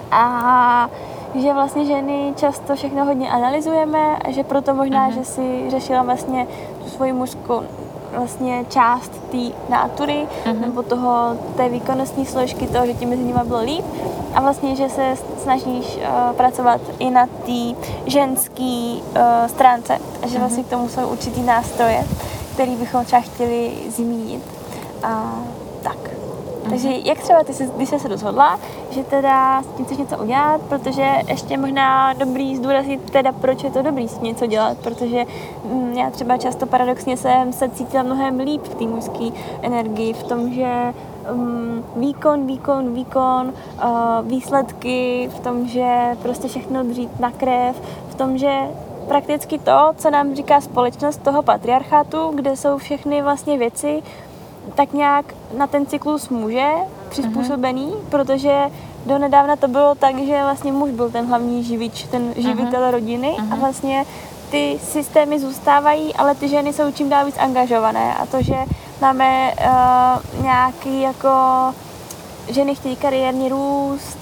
A že vlastně ženy často všechno hodně analyzujeme a že proto možná, mm. že si řešila vlastně tu svoji mužskou vlastně část té nátury uh-huh. nebo toho, té výkonnostní složky toho, že ti mezi nimi bylo líp a vlastně, že se snažíš uh, pracovat i na té ženské uh, stránce a že uh-huh. vlastně k tomu jsou určitý nástroje, který bychom třeba chtěli zmínit a tak. Takže jak třeba ty, jsi, když jsi se rozhodla, že teda s tím chceš něco udělat, protože ještě možná dobrý zdůraznit teda, proč je to dobrý s tím něco dělat, protože mm, já třeba často paradoxně jsem se cítila mnohem líp v té mužské energii, v tom, že um, výkon, výkon, výkon, uh, výsledky, v tom, že prostě všechno dřít na krev, v tom, že prakticky to, co nám říká společnost toho patriarchátu, kde jsou všechny vlastně věci, tak nějak na ten cyklus muže přizpůsobený, uh-huh. protože donedávna to bylo tak, že vlastně muž byl ten hlavní živič, ten živitel uh-huh. rodiny uh-huh. a vlastně ty systémy zůstávají, ale ty ženy jsou čím dál víc angažované a to, že máme uh, nějaký jako ženy chtějí kariérní růst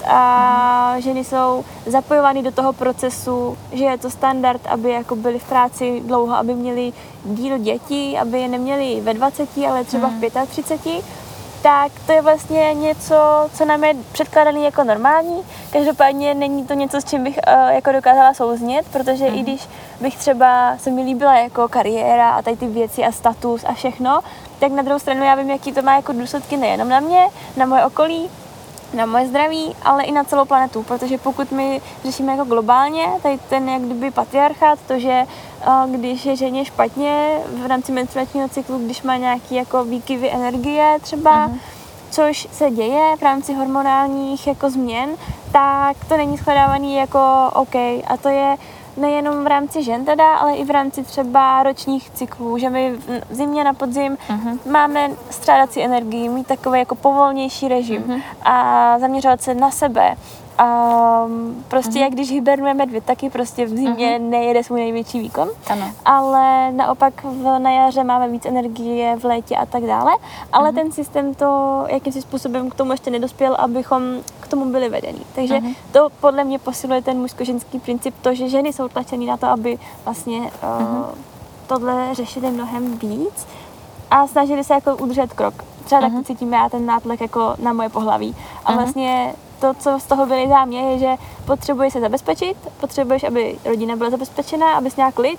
a ženy jsou zapojovány do toho procesu, že je to standard, aby jako byly v práci dlouho, aby měli díl dětí, aby je neměli ve dvaceti, ale třeba v třiceti pěti, tak to je vlastně něco, co nám je předkládané jako normální. Každopádně není to něco, s čím bych uh, jako dokázala souznět, protože mm. i když bych třeba se mi líbila jako kariéra a tady ty věci a status a všechno, tak na druhou stranu já vím, jaký to má jako důsledky nejenom na mě, na moje okolí, na moje zdraví, ale i na celou planetu, protože pokud my řešíme jako globálně, tady ten jak kdyby patriarchát, to, že uh, když je ženě špatně v rámci menstruačního cyklu, když má nějaký jako výkyvy energie třeba, uh-huh. což se děje v rámci hormonálních jako změn, tak to není shledávaný jako OK. A to je nejenom v rámci žen teda, ale i v rámci třeba ročních cyklů, že my v zimě na podzim uh-huh. máme střádací energii, mít takový jako povolnější režim uh-huh. a zaměřovat se na sebe. A prostě uh-huh. jak když hibernuje medvěd, taky prostě v zimě uh-huh. nejede svůj největší výkon, ano. ale naopak v, na jaře máme víc energie, v létě a tak dále, ale uh-huh. ten systém to jakýmsi způsobem k tomu ještě nedospěl, abychom k tomu byli vedení. Takže uh-huh. to podle mě posiluje ten mužsko-ženský princip, to, že ženy jsou tlačený na to, aby vlastně uh-huh. uh, tohle řešili mnohem víc a snažili se jako udržet krok. Třeba uh-huh. tak cítím já ten nátlak jako na moje pohlaví. A uh-huh. vlastně to, co z toho vylejzá mě, je, že potřebuješ se zabezpečit, potřebuješ, aby rodina byla zabezpečená, abys nějak klid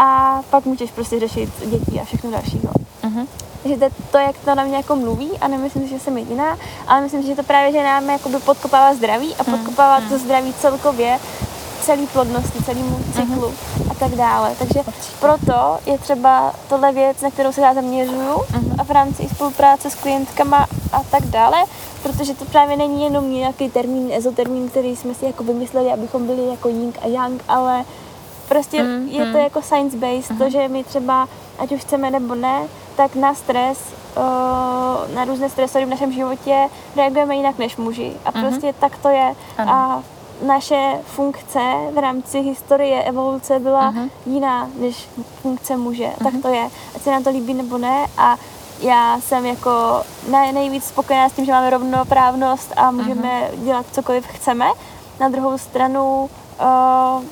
a pak můžeš prostě řešit děti a všechno dalšího. Uh-huh. Takže to je to, jak to na mě jako mluví a nemyslím si, že jsem jediná, ale myslím si, že to právě, že nám jakoby podkopává zdraví a podkopává uh-huh. to zdraví celkově, celý plodnosti, celému cyklu uh-huh. a tak dále. Takže proto je třeba tohle věc, na kterou se já zaměřuju uh-huh. a v rámci spolupráce s klientkama a tak dále, protože to právě není jenom nějaký termín, ezotermín, který jsme si jako vymysleli, abychom byli jako yin a yang, ale prostě mm, je mm. to jako science-based, mm. to, že my třeba, ať už chceme nebo ne, tak na stres, uh, na různé stresory v našem životě reagujeme jinak než muži. A mm. prostě tak to je. Ano. A naše funkce v rámci historie evoluce byla uh-huh. jiná než funkce muže. Uh-huh. Tak to je. Ať se nám to líbí nebo ne. A já jsem jako nejvíc spokojená s tím, že máme rovnoprávnost a můžeme uh-huh. dělat cokoliv chceme. Na druhou stranu uh,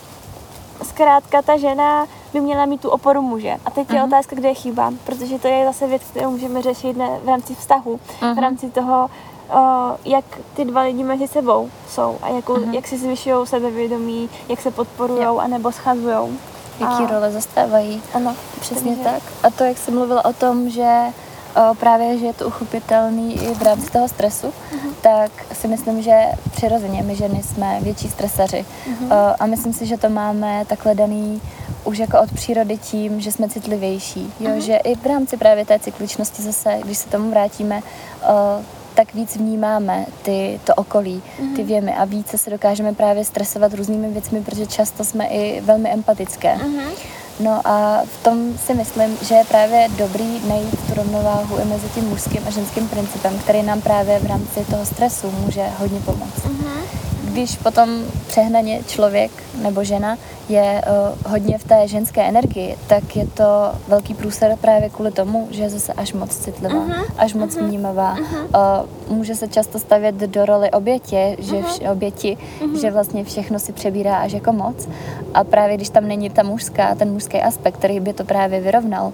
zkrátka ta žena by měla mít tu oporu muže. A teď uh-huh. je otázka, kde je chyba, protože to je zase věc, kterou můžeme řešit ne, v rámci vztahu, uh-huh. v rámci toho, Uh, jak ty dva lidi mezi sebou jsou a jakou, uh-huh. jak si zvyšují sebevědomí, jak se podporujou anebo schazujou. Jaký a... role zastávají. Ano, přesně takže... tak. A to, jak jsem mluvila o tom, že uh, právě, že je to uchopitelný i v rámci toho stresu, uh-huh. tak si myslím, že přirozeně my ženy jsme větší stresaři. Uh-huh. Uh, a myslím si, že to máme takhle daný už jako od přírody tím, že jsme citlivější. Jo? Uh-huh. Že i v rámci právě té cykličnosti zase, když se tomu vrátíme, uh, tak víc vnímáme ty, to okolí, ty věmy a více se dokážeme právě stresovat různými věcmi, protože často jsme i velmi empatické. Uh-huh. No a v tom si myslím, že je právě dobrý najít tu rovnováhu i mezi tím mužským a ženským principem, který nám právě v rámci toho stresu může hodně pomoct. Uh-huh. Když potom přehnaně člověk nebo žena je uh, hodně v té ženské energii, tak je to velký průser právě kvůli tomu, že je zase až moc citlivá, uh-huh. až moc uh-huh. vnímavá. Uh-huh. Uh, může se často stavět do roli obětě, že vš- oběti, uh-huh. že vlastně všechno si přebírá až jako moc. A právě když tam není ta mužská, ten mužský aspekt, který by to právě vyrovnal,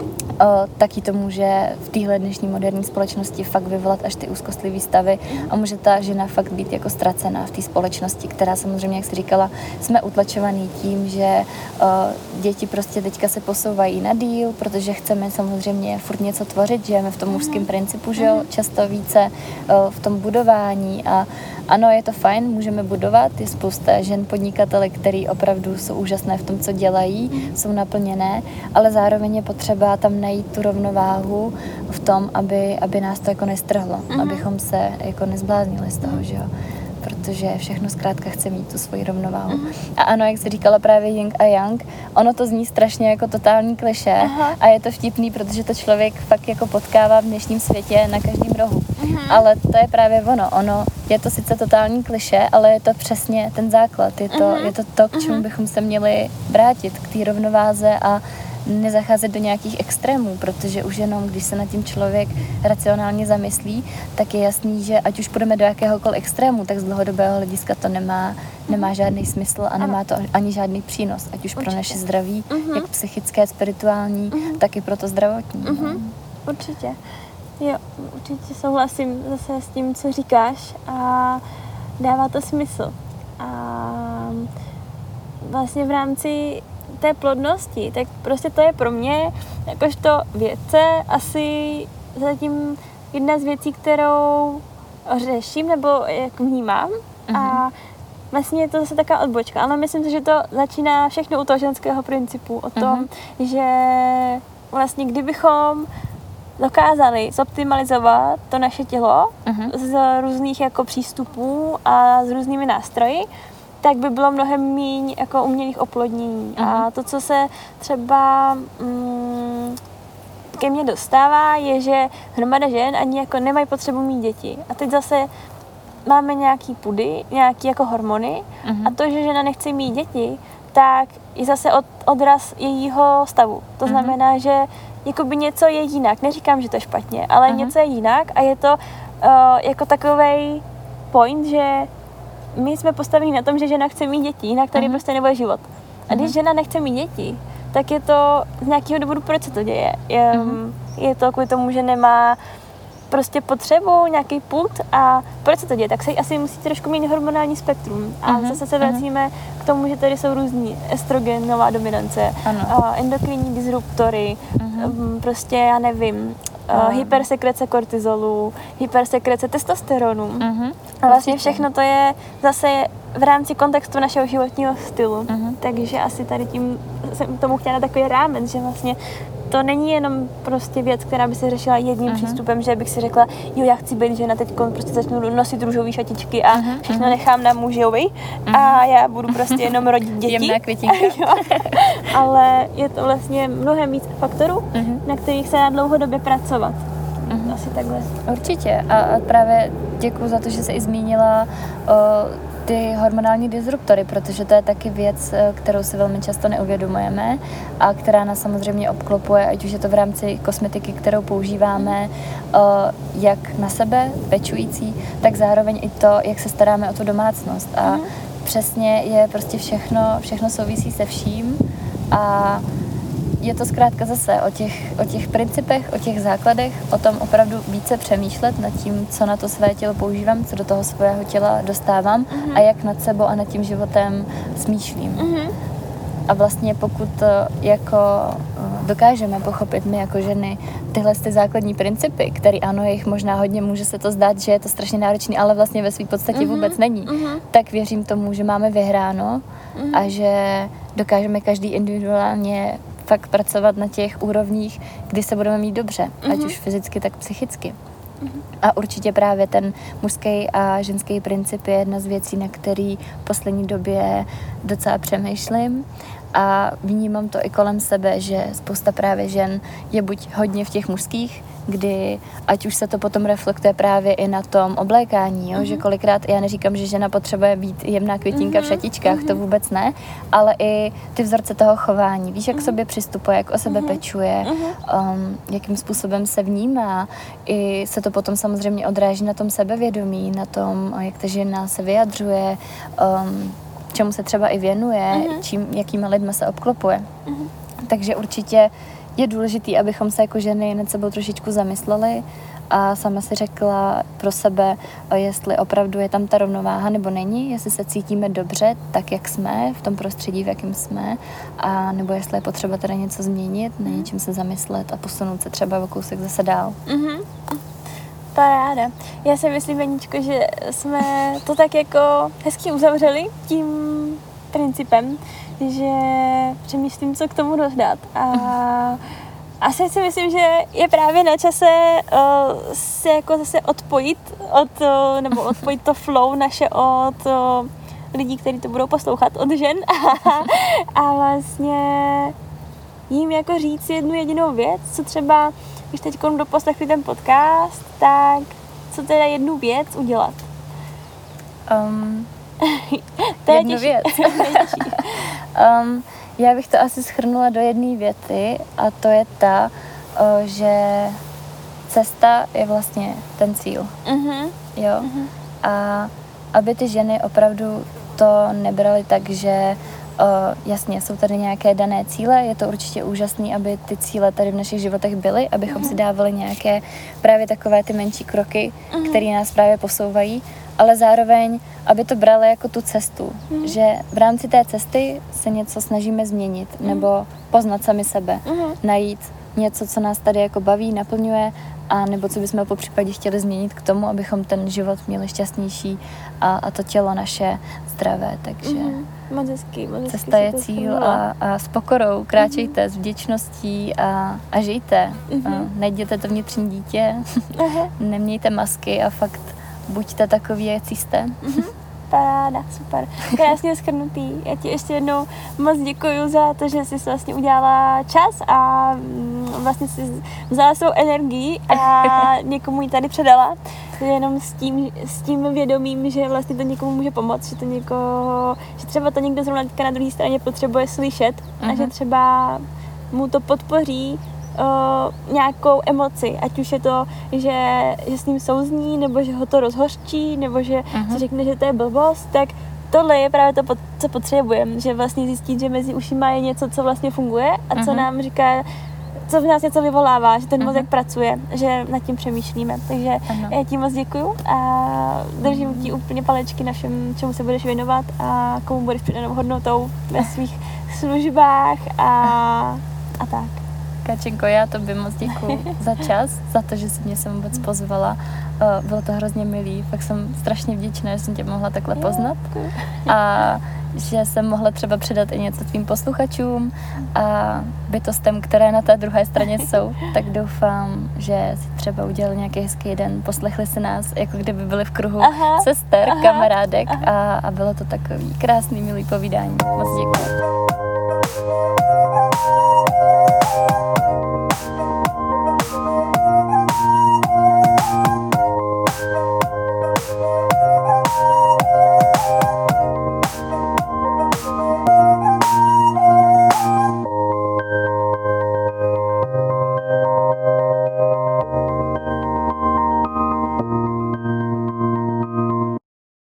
O, taky to může v téhle dnešní moderní společnosti fakt vyvolat až ty úzkostlivý stavy a může ta žena fakt být jako ztracená v té společnosti, která samozřejmě, jak jsi říkala, jsme utlačovaný tím, že o, děti prostě teďka se posouvají na díl, protože chceme samozřejmě furt něco tvořit, žijeme v tom mužském principu, že jo, často více o, v tom budování a ano, je to fajn, můžeme budovat, je spousta žen podnikatelek, který opravdu jsou úžasné v tom, co dělají, jsou naplněné, ale zároveň je potřeba tam najít tu rovnováhu v tom, aby, aby nás to jako nestrhlo, uh-huh. abychom se jako nezbláznili z toho, že jo. Protože všechno zkrátka chce mít tu svoji rovnováhu. Uh-huh. A ano, jak jsi říkala právě yin a yang, ono to zní strašně jako totální klišé uh-huh. a je to vtipný, protože to člověk fakt jako potkává v dnešním světě na každém rohu. Uh-huh. Ale to je právě ono. Ono je to sice totální klišé, ale je to přesně ten základ. Je to, uh-huh. je to to, k čemu uh-huh. bychom se měli vrátit, k té rovnováze a nezacházet do nějakých extrémů, protože už jenom, když se nad tím člověk racionálně zamyslí, tak je jasný, že ať už půjdeme do jakéhokoliv extrému, tak z dlouhodobého hlediska to nemá, nemá žádný smysl a nemá to ani žádný přínos, ať už Určitě. pro naše zdraví, Mhm. jak psychické, spirituální, Mhm. tak i pro to zdravotní. No. Mhm. Určitě. Jo, určitě souhlasím zase s tím, co říkáš a dává to smysl. A vlastně v rámci té plodnosti, tak prostě to je pro mě, jakožto vědce, asi zatím jedna z věcí, kterou řeším nebo jak vnímám. Mm-hmm. A vlastně je to zase taková odbočka, ale myslím si, že to začíná všechno u toho ženského principu, o tom, mm-hmm. že vlastně kdybychom dokázali zoptimalizovat to naše tělo uh-huh. z různých jako přístupů a s různými nástroji, tak by bylo mnohem míň jako umělých oplodnění. Uh-huh. A to, co se třeba mm, ke mně dostává, je, že hromada žen ani jako nemají potřebu mít děti. A teď zase máme nějaký pudy, nějaký jako hormony uh-huh. a to, že žena nechce mít děti, tak je zase od, odraz jejího stavu. To uh-huh. znamená, že jakoby něco je jinak. Neříkám, že to je špatně, ale uh-huh. něco je jinak a je to uh, jako takovej point, že my jsme postaveni na tom, že žena chce mít děti, jinak tady uh-huh. prostě nebude život. A když uh-huh. žena nechce mít děti, tak je to z nějakého důvodu, proč se to děje. Je, uh-huh. je to kvůli tomu, že nemá prostě potřebu, nějaký pult a proč se to děje, tak se asi musí trošku mít hormonální spektrum. A uh-huh. zase se vracíme uh-huh. k tomu, že tady jsou různý estrogenová dominance, uh, endokrinní disruptory, uh-huh. prostě já nevím, uh, hypersekrece kortizolu, hypersekrece testosteronu. Uh-huh. A vlastně všechno to je zase v rámci kontextu našeho životního stylu. Uh-huh. Takže asi tady tím jsem tomu chtěla na takový rámec, že vlastně to není jenom prostě věc, která by se řešila jedním uh-huh. přístupem, že bych si řekla, jo, já chci být žena, teď prostě začnu nosit růžový šatičky a uh-huh. všechno nechám na mužovi uh-huh. a já budu prostě jenom rodit děti. Jemná květinka. Ale je to vlastně mnohem víc faktorů, uh-huh. na kterých se dá dlouhodobě pracovat. Uh-huh. Asi takhle. Určitě. A, a právě děkuju za to, že jsi i zmínila o, ty hormonální disruptory, protože to je taky věc, kterou si velmi často neuvědomujeme a která nás samozřejmě obklopuje, ať už je to v rámci kosmetiky, kterou používáme, jak na sebe, pečující, tak zároveň i to, jak se staráme o tu domácnost. A mm. přesně je prostě všechno, všechno souvisí se vším a je to zkrátka zase o těch, o těch principech, o těch základech, o tom opravdu více přemýšlet nad tím, co na to své tělo používám, co do toho svého těla dostávám mm-hmm. a jak nad sebou a nad tím životem smýšlím. Mm-hmm. A vlastně pokud jako dokážeme pochopit my jako ženy tyhle ty základní principy, které ano, je jich možná hodně, může se to zdát, že je to strašně náročný, ale vlastně ve své podstatě mm-hmm. vůbec není, mm-hmm. tak věřím tomu, že máme vyhráno mm-hmm. a že dokážeme každý individuálně fakt pracovat na těch úrovních, kdy se budeme mít dobře, mm-hmm. ať už fyzicky, tak psychicky. Mm-hmm. A určitě právě ten mužský a ženský princip je jedna z věcí, na který v poslední době docela přemýšlím a vnímám to i kolem sebe, že spousta právě žen je buď hodně v těch mužských, kdy ať už se to potom reflektuje právě i na tom oblékání, jo? Mm-hmm. že kolikrát, já neříkám, že žena potřebuje být jemná květinka mm-hmm. v šatičkách, mm-hmm. to vůbec ne, ale i ty vzorce toho chování, víš, jak mm-hmm. k sobě přistupuje, jak o sebe mm-hmm. pečuje, um, jakým způsobem se vnímá, i se to potom samozřejmě odráží na tom sebevědomí, na tom, jak ta žena se vyjadřuje, um, čemu se třeba i věnuje, mm-hmm. čím, jakýma lidma se obklopuje. Mm-hmm. Takže určitě je důležité, abychom se jako ženy nad sebou trošičku zamysleli a sama si řekla pro sebe, jestli opravdu je tam ta rovnováha nebo není, jestli se cítíme dobře tak, jak jsme, v tom prostředí, v jakém jsme, a nebo jestli je potřeba teda něco změnit, na něčem se zamyslet a posunout se třeba o kousek zase dál. Mm-hmm. Paráda. Já si myslím, Veničko, že jsme to tak jako hezky uzavřeli tím principem, že přemýšlím, co k tomu dodat. A asi si myslím, že je právě na čase uh, se jako zase odpojit od, uh, nebo odpojit to flow naše od uh, lidí, kteří to budou poslouchat, od žen a vlastně jim jako říct jednu jedinou věc, co třeba, když teď doposlechli ten podcast, tak co teda jednu věc udělat? Um, to je jednu těžší. věc. um, Já bych to asi shrnula do jedné věty a to je ta, o, že cesta je vlastně ten cíl. Mhm. Jo? Mhm. A aby ty ženy opravdu to nebraly tak, že o, jasně, jsou tady nějaké dané cíle, je to určitě úžasné, aby ty cíle tady v našich životech byly, abychom si dávali nějaké právě takové ty menší kroky, které nás právě posouvají, ale zároveň, aby to brali jako tu cestu, že v rámci té cesty se něco snažíme změnit nebo poznat sami sebe, najít něco, co nás tady jako baví, naplňuje, a nebo co bychom po případě chtěli změnit k tomu, abychom ten život měli šťastnější a, a to tělo naše zdravé, takže Mhm. Moc hezký, moc hezký cesta si je to cíl shrnula. a, a s pokorou kráčejte s vděčností a, a žijte. Mhm. A najděte to vnitřní dítě, Aha. nemějte masky a fakt buďte takový, jak jste. Paráda, super. Krásně shrnutý. Já ti ještě jednou moc děkuji za to, že jsi vlastně udělala čas a mm, vlastně si vzala svou energii a někomu ji tady předala. Jenom s tím, s tím vědomím, že vlastně to někomu může pomoct, že to někoho, že třeba to někdo zrovna teďka na druhé straně potřebuje slyšet a že třeba mu to podpoří Uh, nějakou emoci, ať už je to, že, že s ním souzní, nebo že ho to rozhořčí, nebo že Uh-huh. si řekne, že to je blbost, tak tohle je právě to, co potřebujeme, že vlastně zjistit, že mezi ušima je něco, co vlastně funguje a co Uh-huh. nám říká, co v nás něco vyvolává, že ten Uh-huh. mozek pracuje, že nad tím přemýšlíme. Takže Ano. já ti moc děkuju a držím ti úplně palečky na všem, čemu se budeš věnovat a komu budeš přidanou hodnotou ve svých službách a, a tak. Kačenko, já tobě moc děkuji za čas, za to, že jsi mě sem vůbec pozvala. Uh, Bylo to hrozně milý, fakt jsem strašně vděčná, že jsem tě mohla takhle poznat a že jsem mohla třeba předat i něco tvým posluchačům a bytostem, které na té druhé straně jsou, tak doufám, že si třeba udělali nějaký hezký den, poslechli si nás, jako kdyby byli v kruhu Aha, sester, aha, kamarádek a, a bylo to takový krásný, milý povídání. Moc děkuji.